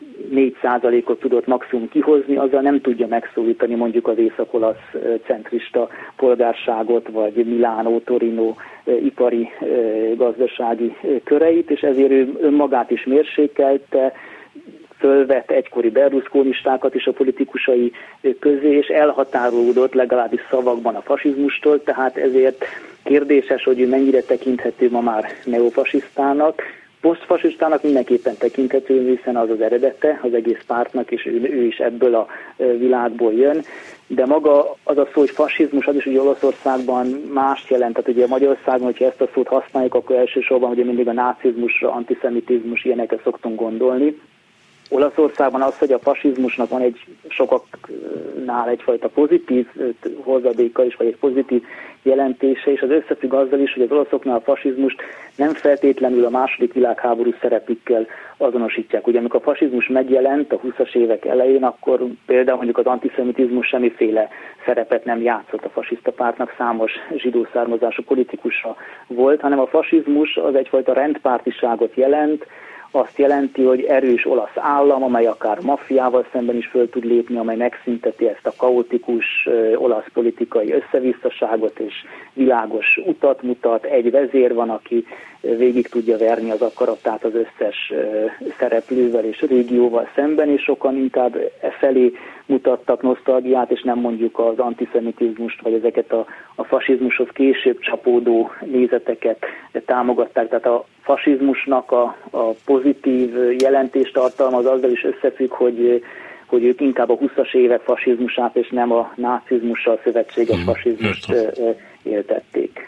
4%-ot tudott maximum kihozni, azzal nem tudja megszólítani mondjuk az észak-olasz centrista polgárságot, vagy Milánó, Torino ipari gazdasági köreit, és ezért ő önmagát is mérsékelte, fölvett egykori berlusconistákat is a politikusai közé, és elhatárolódott legalábbis szavakban a fasizmustól, tehát ezért kérdéses, hogy ő mennyire tekinthető ma már neofasisztának. Posztfasisztának mindenképpen tekinthető, hiszen az az eredete az egész pártnak, és ő is ebből a világból jön. De maga az a szó, hogy fasizmus, az is ugye Olaszországban mást jelent. Tehát ugye Magyarországon, hogyha ezt a szót használjuk, akkor elsősorban ugye mindig a nácizmusra, antiszemitizmus, ilyenekre szoktunk gondolni. Olaszországban az, hogy a fasizmusnak van egy sokaknál egyfajta pozitív hozadéka is, vagy egy pozitív jelentése, és az összefügg azzal is, hogy az olaszoknál a fasizmust nem feltétlenül a második világháború szerepükkel azonosítják. Ugye amikor a fasizmus megjelent a 20-as évek elején, akkor például mondjuk az antiszemitizmus semmiféle szerepet nem játszott a fasiszta pártnak, számos zsidó származású politikusa volt, hanem a fasizmus az egyfajta rendpártiságot jelent, azt jelenti, hogy erős olasz állam, amely akár maffiával szemben is föl tud lépni, amely megszünteti ezt a kaotikus olasz politikai összevisszaságot, és világos utat mutat. Egy vezér van, aki végig tudja verni az akaratát az összes szereplővel és régióval szemben, és sokan inkább felé mutattak nosztalgiát, és nem mondjuk az antiszemitizmust, vagy ezeket a fasizmushoz később csapódó nézeteket támogatták. Tehát a fasizmusnak a pozitív jelentéstartalma az azzal is összefügg, hogy ők inkább a 20-as évek fasizmusát, és nem a nácizmussal szövetséges fasizmust éltették.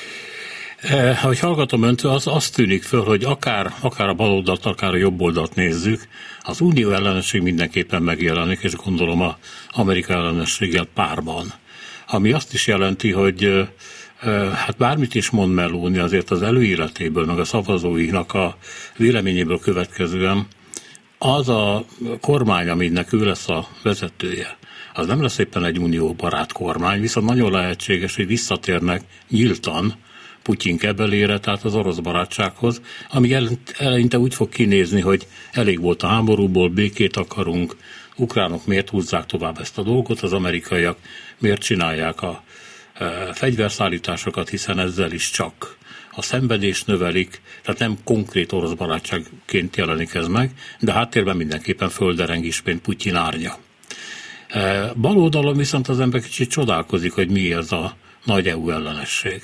Ahogy hallgatom öntől, az tűnik föl, hogy akár a baloldalt, akár a jobboldalt nézzük, az unió ellenesség mindenképpen megjelenik, és gondolom az Amerika ellenességgel párban. Ami azt is jelenti, hogy hát bármit is mond Meloni, azért az előéletéből, meg a szavazóinak a véleményéből következően az a kormány, aminek ő lesz a vezetője, az nem lesz éppen egy unióbarát kormány, viszont nagyon lehetséges, hogy visszatérnek nyíltan Putyin kebelére, tehát az orosz barátsághoz, ami eleinte úgy fog kinézni, hogy elég volt a háborúból, békét akarunk, ukránok miért húzzák tovább ezt a dolgot, az amerikaiak miért csinálják a fegyverszállításokat, hiszen ezzel is csak a szenvedést növelik, tehát nem konkrét orosz barátságként jelenik ez meg, de háttérben mindenképpen földereng ismét Putyin árnya. Baloldalon viszont az ember kicsit csodálkozik, hogy mi ez a nagy EU ellenesség.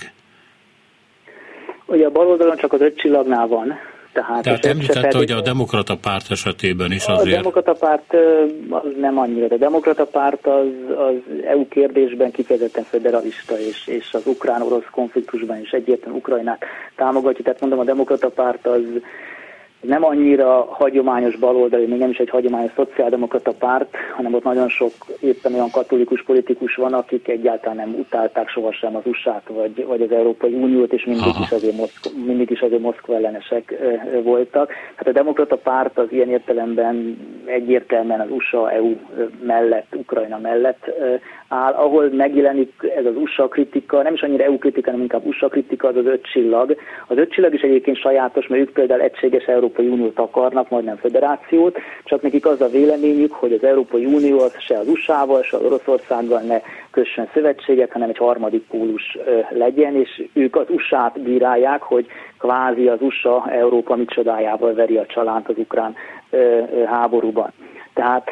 Ugye a baloldalon csak az 5 csillagnál van. Tehát említette, hogy a demokrata párt esetében is azért... A demokrata párt az nem annyira, de a demokrata párt az EU kérdésben kifejezetten federalista, és az ukrán-orosz konfliktusban is egyértelműen Ukrajnát támogatja. Tehát mondom, a demokrata párt az nem annyira hagyományos baloldali, még nem is egy hagyományos szociáldemokrata párt, hanem ott nagyon sok éppen olyan katolikus politikus van, akik egyáltalán nem utálták sohasem az USA-t vagy az Európai Uniót, és mindig is azért Moszkva ellenesek voltak. Hát a demokrata párt az ilyen értelemben egyértelműen az USA-EU mellett, Ukrajna mellett áll. Ahol megjelenik ez az USA kritika, nem is annyira EU kritika, hanem inkább USA kritika, az 5 csillag. Az 5 csillag is egyébként sajátos, mert ők például egységes Európai Uniót akarnak, majdnem föderációt, csak nekik az a véleményük, hogy az Európai Unió az se az USA-val, se az Oroszországgal ne kössön szövetséget, hanem egy harmadik pólus legyen, és ők az USA-t bírálják, hogy kvázi az USA Európa micsodájával veri a csalánt az ukrán háborúban. Tehát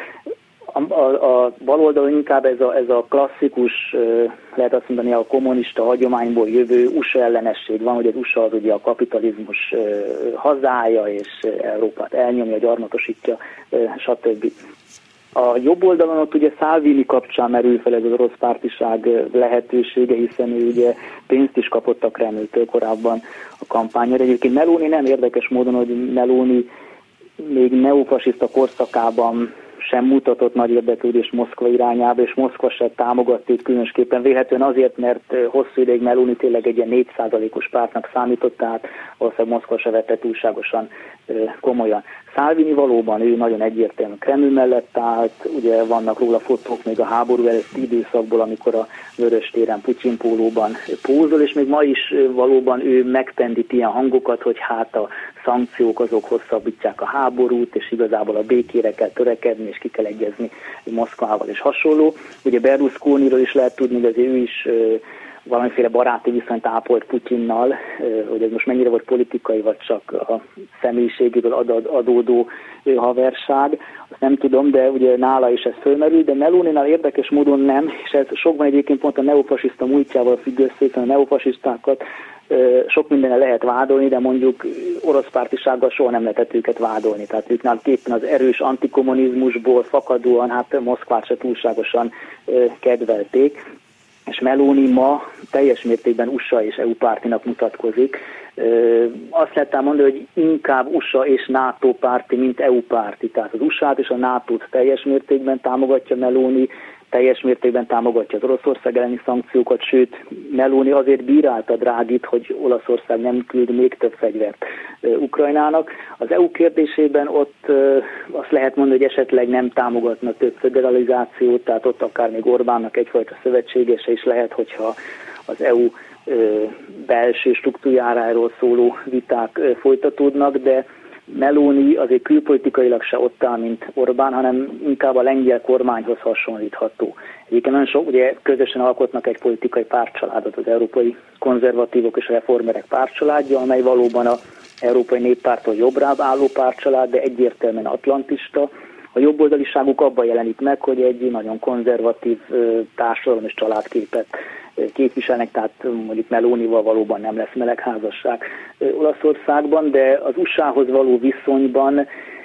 a baloldalon inkább ez a klasszikus, lehet azt mondani, a kommunista hagyományból jövő USA ellenesség van, hogy az USA az ugye a kapitalizmus hazája, és Európát elnyomja, gyarmatosítja, stb. A jobb oldalon ott ugye Salvini kapcsán merül fel ez az orosz pártiság lehetősége, hiszen ő ugye pénzt is kapott a Kremltől korábban a kampányra. Egyébként Meloni nem érdekes módon, hogy Meloni még neofasiszta korszakában sem mutatott nagy érdeklődést Moszkva irányába, és Moszkva se támogatta őt különösképpen véletlenül azért, mert hosszú ideig Meloni tényleg egy ilyen 4%-os pártnak számított, tehát valószínűleg Moszkva se vette túlságosan komolyan. Salvini valóban ő nagyon egyértelműen Kreml mellett állt, ugye vannak róla fotók még a háború előtti időszakból, amikor a Vörös téren Putyin pólóban pózol, és még ma is valóban ő megpendít ilyen hangokat, hogy hát a szankciók azok hosszabbítják a háborút, és igazából a békére kell törekedni, és ki kell egyezni Moszkvával és hasonló. Ugye Berlusconiról is lehet tudni, hogy ő is valamiféle baráti viszonyt ápolt Putyinnal, hogy ez most mennyire volt politikai, vagy csak a személyiségéből adódó haverság, azt nem tudom, de ugye nála is ez fölmerül, de Meloninál érdekes módon nem, és ez sokban egyébként pont a neofasiszta múltjával függ össze, hiszen a neofasisztákat sok mindenre lehet vádolni, de mondjuk orosz pártisággal soha nem lehetett őket vádolni. Tehát ők náluk éppen az erős antikommunizmusból fakadóan, hát Moszkvát se túlságosan kedvelték. és Meloni ma teljes mértékben USA és EU pártinak mutatkozik. Azt lehet mondani, hogy inkább USA és NATO párti, mint EU párti. Tehát az USA-t és a NATO-t teljes mértékben támogatja Meloni, teljes mértékben támogatja az Oroszország elleni szankciókat, sőt, Meloni azért bírálta Drágit, hogy Olaszország nem küld még több fegyvert Ukrajnának. Az EU kérdésében ott azt lehet mondani, hogy esetleg nem támogatna több federalizációt, tehát ott akár még Orbánnak egyfajta szövetségese is lehet, hogyha az EU belső struktúrájáról szóló viták folytatódnak, de Meloni azért külpolitikailag se ott áll, mint Orbán, hanem inkább a lengyel kormányhoz hasonlítható. Egyébként nagyon sok, ugye közösen alkotnak egy politikai pártcsaládot, az európai konzervatívok és a reformerek pártcsaládja, amely valóban az Európai Néppárttól jobbra álló pártcsalád, de egyértelműen atlantista. A jobboldaliságuk abban jelenik meg, hogy egy nagyon konzervatív társadalom és családképet képviselnek, tehát mondjuk Melonival valóban nem lesz melegházasság Olaszországban, de az USA-hoz való viszonyban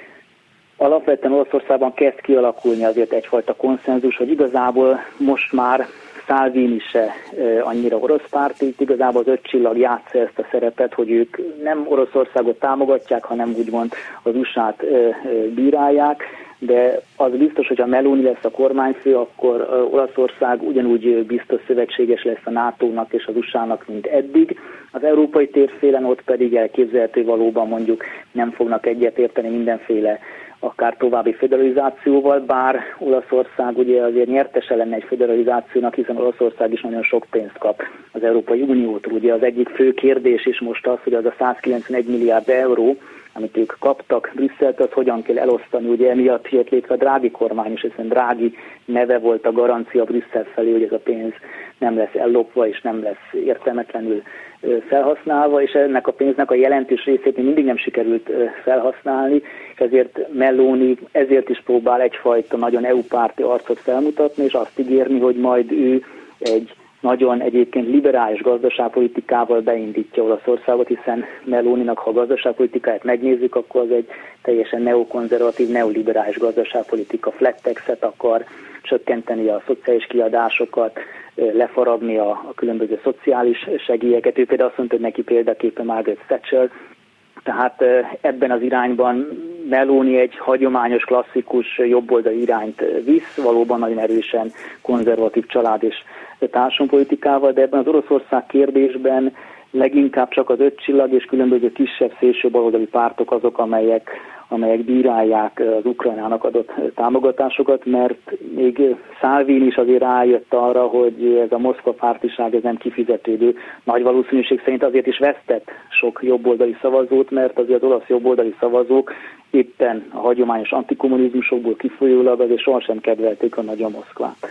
alapvetően Olaszországban kezd kialakulni azért egyfajta konszenzus, hogy igazából most már Salvini se annyira orosz párti, igazából az 5 csillag játsza ezt a szerepet, hogy ők nem Oroszországot támogatják, hanem úgymond az USA-t bírálják, de az biztos, hogy ha Meloni lesz a kormányfő, akkor Olaszország ugyanúgy biztos szövetséges lesz a NATO-nak és az USA-nak, mint eddig. Az európai térfélen ott pedig elképzelhető valóban mondjuk nem fognak egyetérteni mindenféle akár további federalizációval, bár Olaszország ugye azért nyertese lenne egy federalizációnak, hiszen Olaszország is nagyon sok pénzt kap az Európai Uniótól. Ugye az egyik fő kérdés is most az, hogy az a 191 milliárd euró, amit ők kaptak Brüsszelt, az hogyan kell elosztani. Ugye emiatt jött létre a Draghi kormány, és hiszen Draghi neve volt a garancia Brüsszel felé, hogy ez a pénz nem lesz ellopva, és nem lesz értelmetlenül felhasználva, és ennek a pénznek a jelentős részét mindig nem sikerült felhasználni, és ezért Meloni ezért is próbál egyfajta nagyon EU-párti arcot felmutatni, és azt ígérni, hogy majd ő egy nagyon egyébként liberális gazdaságpolitikával beindítja Olaszországot, hiszen Meloninak, ha a gazdaságpolitikáját megnézzük, akkor az egy teljesen neokonzervatív, neoliberális gazdaságpolitika. Flat taxet akar, csökkenteni a szociális kiadásokat, lefaragni a különböző szociális segélyeket. Ő például azt mondta, hogy neki példaképpen Margaret Thatcher. Tehát ebben az irányban Meloni egy hagyományos, klasszikus jobboldali irányt visz, valóban nagyon erősen konzervatív család és társadalompolitikával, de ebben az Oroszország kérdésben leginkább csak az 5 csillag és különböző kisebb szélsőbaloldali pártok azok, amelyek bírálják az Ukrajnának adott támogatásokat, mert még Salvini is azért rájött arra, hogy ez a Moszkva pártiság ez nem kifizetődő. Nagy valószínűség szerint azért is vesztett sok jobboldali szavazót, mert azért az olasz jobboldali szavazók éppen a hagyományos antikommunizmusokból kifolyólag azért sohasem kedvelték a nagyon Moszkvát.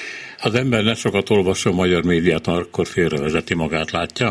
Az ember ne sokat olvassa a magyar médiát, akkor félrevezeti magát, látja.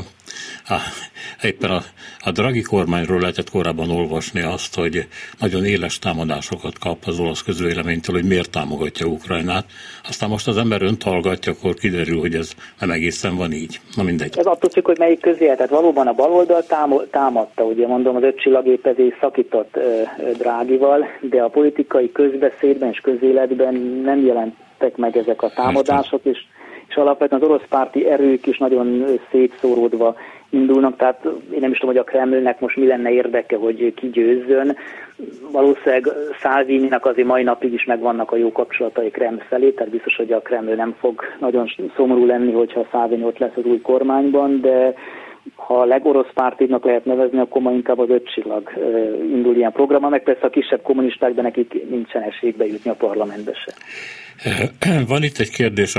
Éppen a Draghi kormányról lehetett korábban olvasni azt, hogy nagyon éles támadásokat kap az olasz közvéleménytől, hogy miért támogatja Ukrajnát. Aztán most az ember önt hallgatja, akkor kiderül, hogy ez nem egészen van így. Na mindegy. Ez attól függ, hogy melyik közélet. Tehát valóban a baloldal támadta, ugye mondom, az 5 csillagépezés szakított Draghival, de a politikai közbeszédben és közéletben nem jelentek meg ezek a támadások, és alapvetően az orosz párti erők is nagyon szétszóródva indulnak, tehát én nem is tudom, hogy a Kremlnek most mi lenne érdeke, hogy ki győzzön. Valószínűleg Salvininak azért mai napig is megvannak a jó kapcsolatai Kreml felé, tehát biztos, hogy a Kreml nem fog nagyon szomorú lenni, hogyha Salvini ott lesz az új kormányban, de ha a legorosz pártidnak lehet nevezni, akkor ma inkább az 5 csillag indul ilyen programmal, meg persze a kisebb kommunisták, de nekik nincsen esélybe jutni a parlamentbe se. Van itt egy kérdés,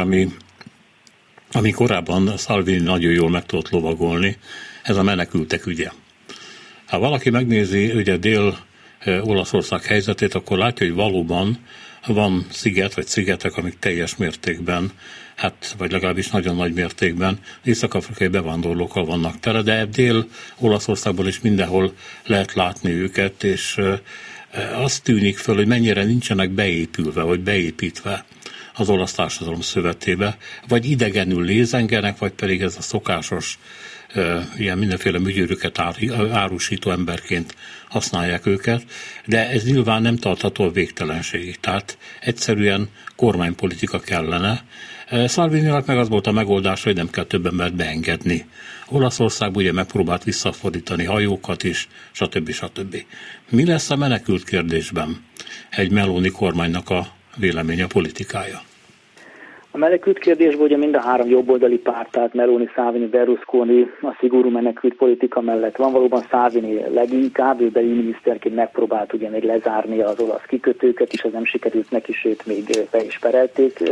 ami korábban Salvini nagyon jól meg tudott lovagolni, ez a menekültek ügye. Ha valaki megnézi ugye Dél-Olaszország helyzetét, akkor látja, hogy valóban van sziget, vagy szigetek, amik teljes mértékben, vagy legalábbis nagyon nagy mértékben észak-afrikai bevándorlókkal vannak tele, de Dél-Olaszországban is mindenhol lehet látni őket, és azt tűnik föl, hogy mennyire nincsenek beépülve, vagy beépítve az olasz társadalom szövetébe, vagy idegenül lézengenek, vagy pedig ez a szokásos ilyen mindenféle műgyőröket árusító emberként használják őket, de ez nyilván nem tartható a végtelenségig. Tehát egyszerűen kormánypolitika kellene. Salvininak meg az volt a megoldás, hogy nem kell több embert beengedni. Olaszország ugye megpróbált visszafordítani hajókat is, stb. Mi lesz a menekült kérdésben egy Meloni kormánynak a véleménye, a politikája? A menekült kérdésben ugye mind a három jobboldali párt, tehát Meloni, Salvini, Berlusconi a szigorú menekült politika mellett van. Valóban Salvini leginkább, ő belügyminiszterként megpróbált ugye még lezárni az olasz kikötőket, és ez nem sikerült neki, sőt még be is perelték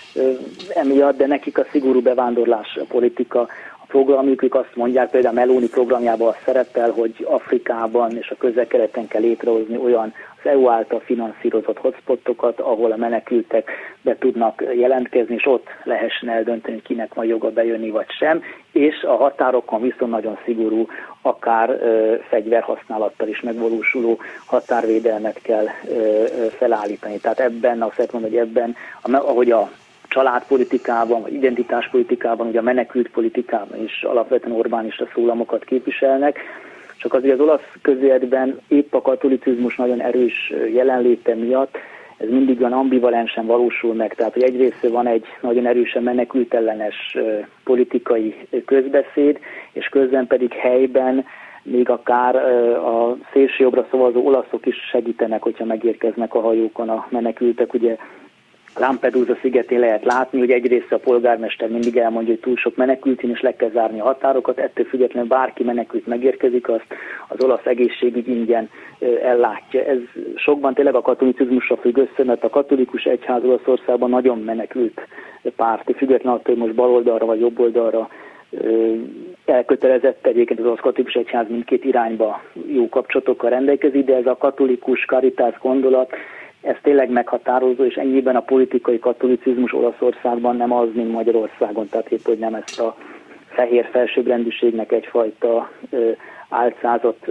emiatt, de nekik a szigorú bevándorlás politika programjuk, ők azt mondják, például a Meloni programjában az szerepel, hogy Afrikában és a Közel-Keleten kell létrehozni olyan az EU által finanszírozott hotspotokat, ahol a menekültek be tudnak jelentkezni, és ott lehessen eldönteni, hogy kinek van joga bejönni vagy sem, és a határokon viszont nagyon szigorú, akár fegyverhasználattal is megvalósuló határvédelmet kell felállítani. Tehát ebben, azt lehet mondani, hogy ebben, ahogy a családpolitikában, vagy identitáspolitikában, ugye a menekült politikában is alapvetően Orbánista szólamokat képviselnek, csak azért az olasz közéletben épp a katolicizmus nagyon erős jelenléte miatt ez mindig olyan ambivalensen valósul meg, tehát hogy egyrészt van egy nagyon erősen menekültellenes politikai közbeszéd, és közben pedig helyben még akár a szélső jobbra szavazó olaszok is segítenek, hogyha megérkeznek a hajókon a menekültek, ugye Lampedusa szigetén lehet látni, hogy egyrészt a polgármester mindig elmondja, hogy túl sok menekült és le kell zárni a határokat, ettől függetlenül bárki menekült megérkezik, azt az olasz egészségügy ingyen ellátja. Ez sokban tényleg a katolicizmusra függ össze, mert a katolikus egyház Olaszországban nagyon menekült párti, függetlenül attól, hogy most baloldalra vagy jobboldalra elkötelezett, egyébként az olasz katolikus egyház mindkét irányba jó kapcsolatokkal rendelkezik, de ez a katolikus karitás gondolat, ez tényleg meghatározó, és ennyiben a politikai katolicizmus Olaszországban nem az, mint Magyarországon, tehát épp, hogy nem ezt a fehér felsőbbrendűségnek egyfajta álcázott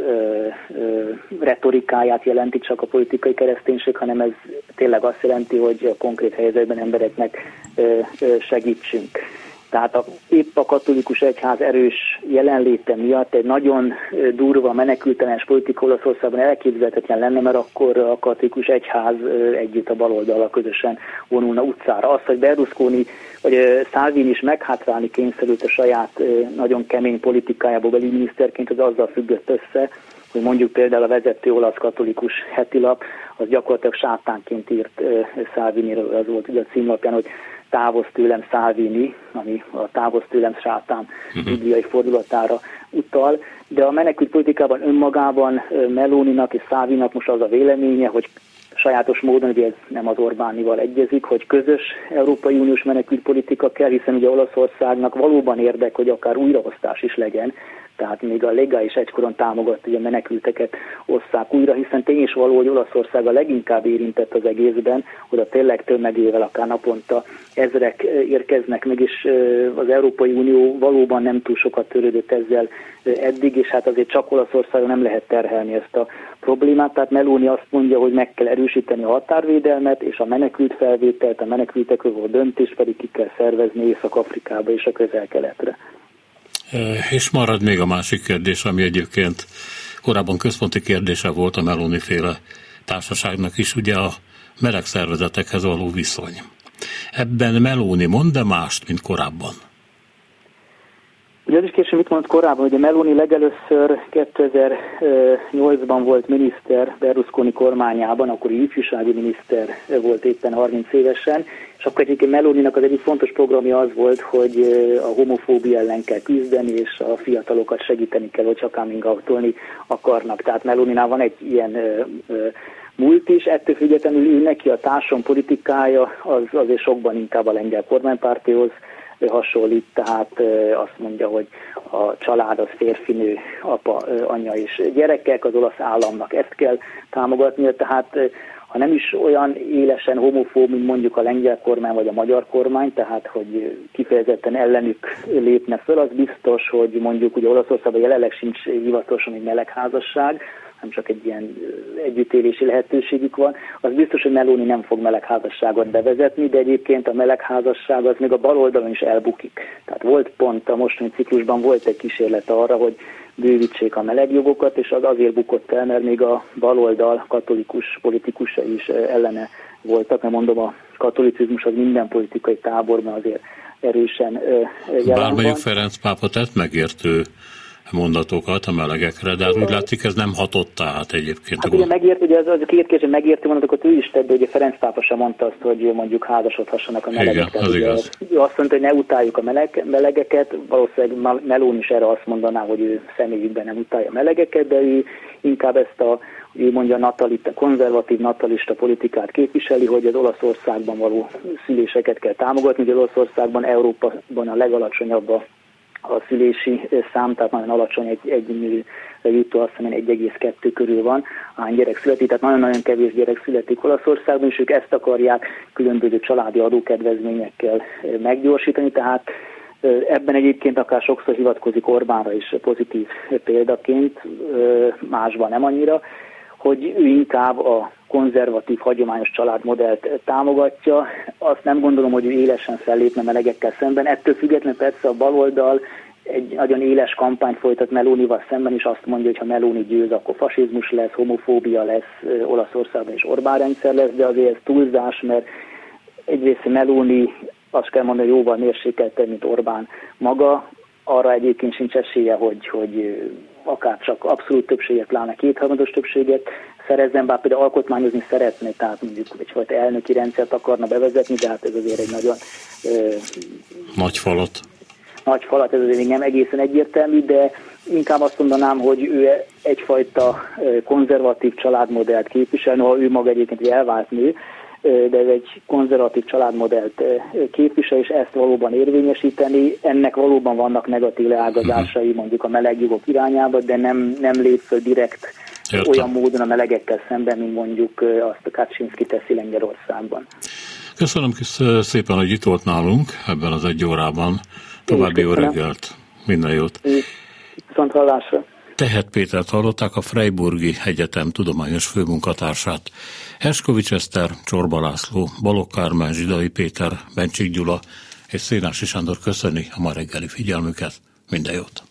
retorikáját jelenti csak a politikai kereszténység, hanem ez tényleg azt jelenti, hogy a konkrét helyzetben embereknek segítsünk. Tehát épp a katolikus egyház erős jelenléte miatt egy nagyon durva menekültelenes politika Olaszországban elképzelhetetlen lenne, mert akkor a katolikus egyház együtt a baloldallal közösen vonulna utcára. Az, hogy Berlusconi vagy Salvini is meghátrálni kényszerült a saját nagyon kemény politikájából belügyminiszterként, az azzal függött össze, hogy mondjuk például a vezető olasz katolikus hetilap, az gyakorlatilag sátánként írt Salviniről, az volt ugye a címlapján, hogy távozz tőlem Salvini, ami a távozz tőlem sátán bibliai fordulatára utal, de a menekült politikában önmagában Meloninak és Salvininak most az a véleménye, hogy sajátos módon, ugye ez nem az Orbánival egyezik, hogy közös Európai Uniós menekültpolitika kell, hiszen ugye Olaszországnak valóban érdek, hogy akár újraosztás is legyen, tehát még a Lega is egykoron támogatta, hogy a menekülteket osszák újra, hiszen tény is való, hogy Olaszország a leginkább érintett az egészben, oda tényleg tömegével akár naponta ezrek érkeznek meg, és az Európai Unió valóban nem túl sokat törődött ezzel eddig, és hát azért csak Olaszországon nem lehet terhelni ezt a problémát, tehát Meloni azt mondja, hogy meg kell erősíteni a határvédelmet, és a menekült felvételt, a menekültekről való döntést pedig ki kell szervezni Észak-Afrikába és a Közel-Keletre. És marad még a másik kérdés, ami egyébként korábban központi kérdése volt a Meloni-féle társaságnak is, ugye a meleg szervezetekhez való viszony. Ebben Meloni mond-e mást, mint korábban? Ugye az is később mit mondott korábban, hogy a Meloni legelőször 2008-ban volt miniszter Berlusconi kormányában, akkor ifjúsági miniszter volt éppen 30 évesen, és akkor egyébként Meloninak az egyik fontos programja az volt, hogy a homofóbia ellen kell küzdeni, és a fiatalokat segíteni kell, hogyha coming out-olni akarnak. Tehát Meloninál van egy ilyen múlt is, ettől függetlenül ő neki a társadalompolitikája az azért sokban inkább a lengyel kormánypártihoz hasonlít, tehát azt mondja, hogy a család az férfinő, apa, anya és gyerekek, az olasz államnak ezt kell támogatnia, tehát ha nem is olyan élesen homofób, mint mondjuk a lengyel kormány vagy a magyar kormány, tehát hogy kifejezetten ellenük lépne föl, az biztos, hogy mondjuk ugye Olaszországban jelenleg sincs hivatalosan egy melegházasság, nem csak egy ilyen együttélési lehetőségük van. Az biztos, hogy Meloni nem fog melegházasságot bevezetni, de egyébként a melegházasság az még a baloldalon is elbukik. Tehát volt pont a mostani ciklusban volt egy kísérlet arra, hogy bővítsék a melegjogokat, és az azért bukott el, mert még a baloldal katolikus politikusai is ellene voltak, mert mondom, a katolicizmus az minden politikai táborban azért erősen jelen Bármelyik van. Ferenc pápa tett megértő mondatokat a melegekre, de hát úgy látszik, ez nem hatott át egyébként. Hát ugye megért, ugye az a két kérdés, megértő mondatokat ő is tett, de ugye Ferenc pápa sem mondta azt, hogy mondjuk házasodhassanak a melegek. Igen, az igaz. Ő azt mondta, hogy ne utáljuk a melegeket, valószínűleg Meloni is erre azt mondaná, hogy ő személyükben nem utálja a melegeket, de ő inkább ezt ő mondja konzervatív natalista politikát képviseli, hogy az Olaszországban való szüléseket kell támogatni, ugye Olaszországban, Európában a legalacsonyabb a szülési szám, tehát nagyon alacsony, egy nőre jutó, azt hiszem 1,2 körül van, hány gyerek születik, tehát nagyon-nagyon kevés gyerek születik Olaszországban, és ők ezt akarják különböző családi adókedvezményekkel meggyorsítani, tehát ebben egyébként akár sokszor hivatkozik Orbánra is pozitív példaként, másban nem annyira, hogy ő inkább a konzervatív, hagyományos családmodellt támogatja. Azt nem gondolom, hogy ő élesen fellépne melegekkel szemben. Ettől függetlenül persze a baloldal egy nagyon éles kampányt folytat Melonival szemben, és azt mondja, hogy ha Meloni győz, akkor fasizmus lesz, homofóbia lesz Olaszországban, és Orbán rendszer lesz, de azért ez túlzás, mert egyrészt Meloni, azt kell mondani, jóval mérsékeltebb, mint Orbán maga. Arra egyébként sincs esélye, hogy akár csak abszolút többséget, pláne kétharmados többséget szerezzen, bár például alkotmányozni szeretne, tehát mondjuk egyfajta elnöki rendszert akarna bevezetni, de hát ez azért egy nagyon nagy falat. Nagy falat, ez azért nem egészen egyértelmű, de inkább azt mondanám, hogy ő egyfajta konzervatív családmodellt képvisel, noha ő maga egyébként egy elvált nő, de ez egy konzervatív családmodellt képvisel, és ezt valóban érvényesíteni. Ennek valóban vannak negatív leágazásai mondjuk a melegjogok irányába, de nem lép föl direkt olyan módon a melegekkel szemben, mint mondjuk azt a Kaczynszki teszi Lengyelországban. Köszönöm szépen, hogy itt volt nálunk ebben az egy órában. További jó reggelt. Minden jót. Viszont hallásra. Tehet Pétert hallották, a Freiburgi Egyetem tudományos főmunkatársát. Herskovics Eszter, Csorba László, Balogh Kármán, Zsidai Péter, Bencsik Gyula és Szénási Sándor köszöni a ma reggeli figyelmüket. Minden jót!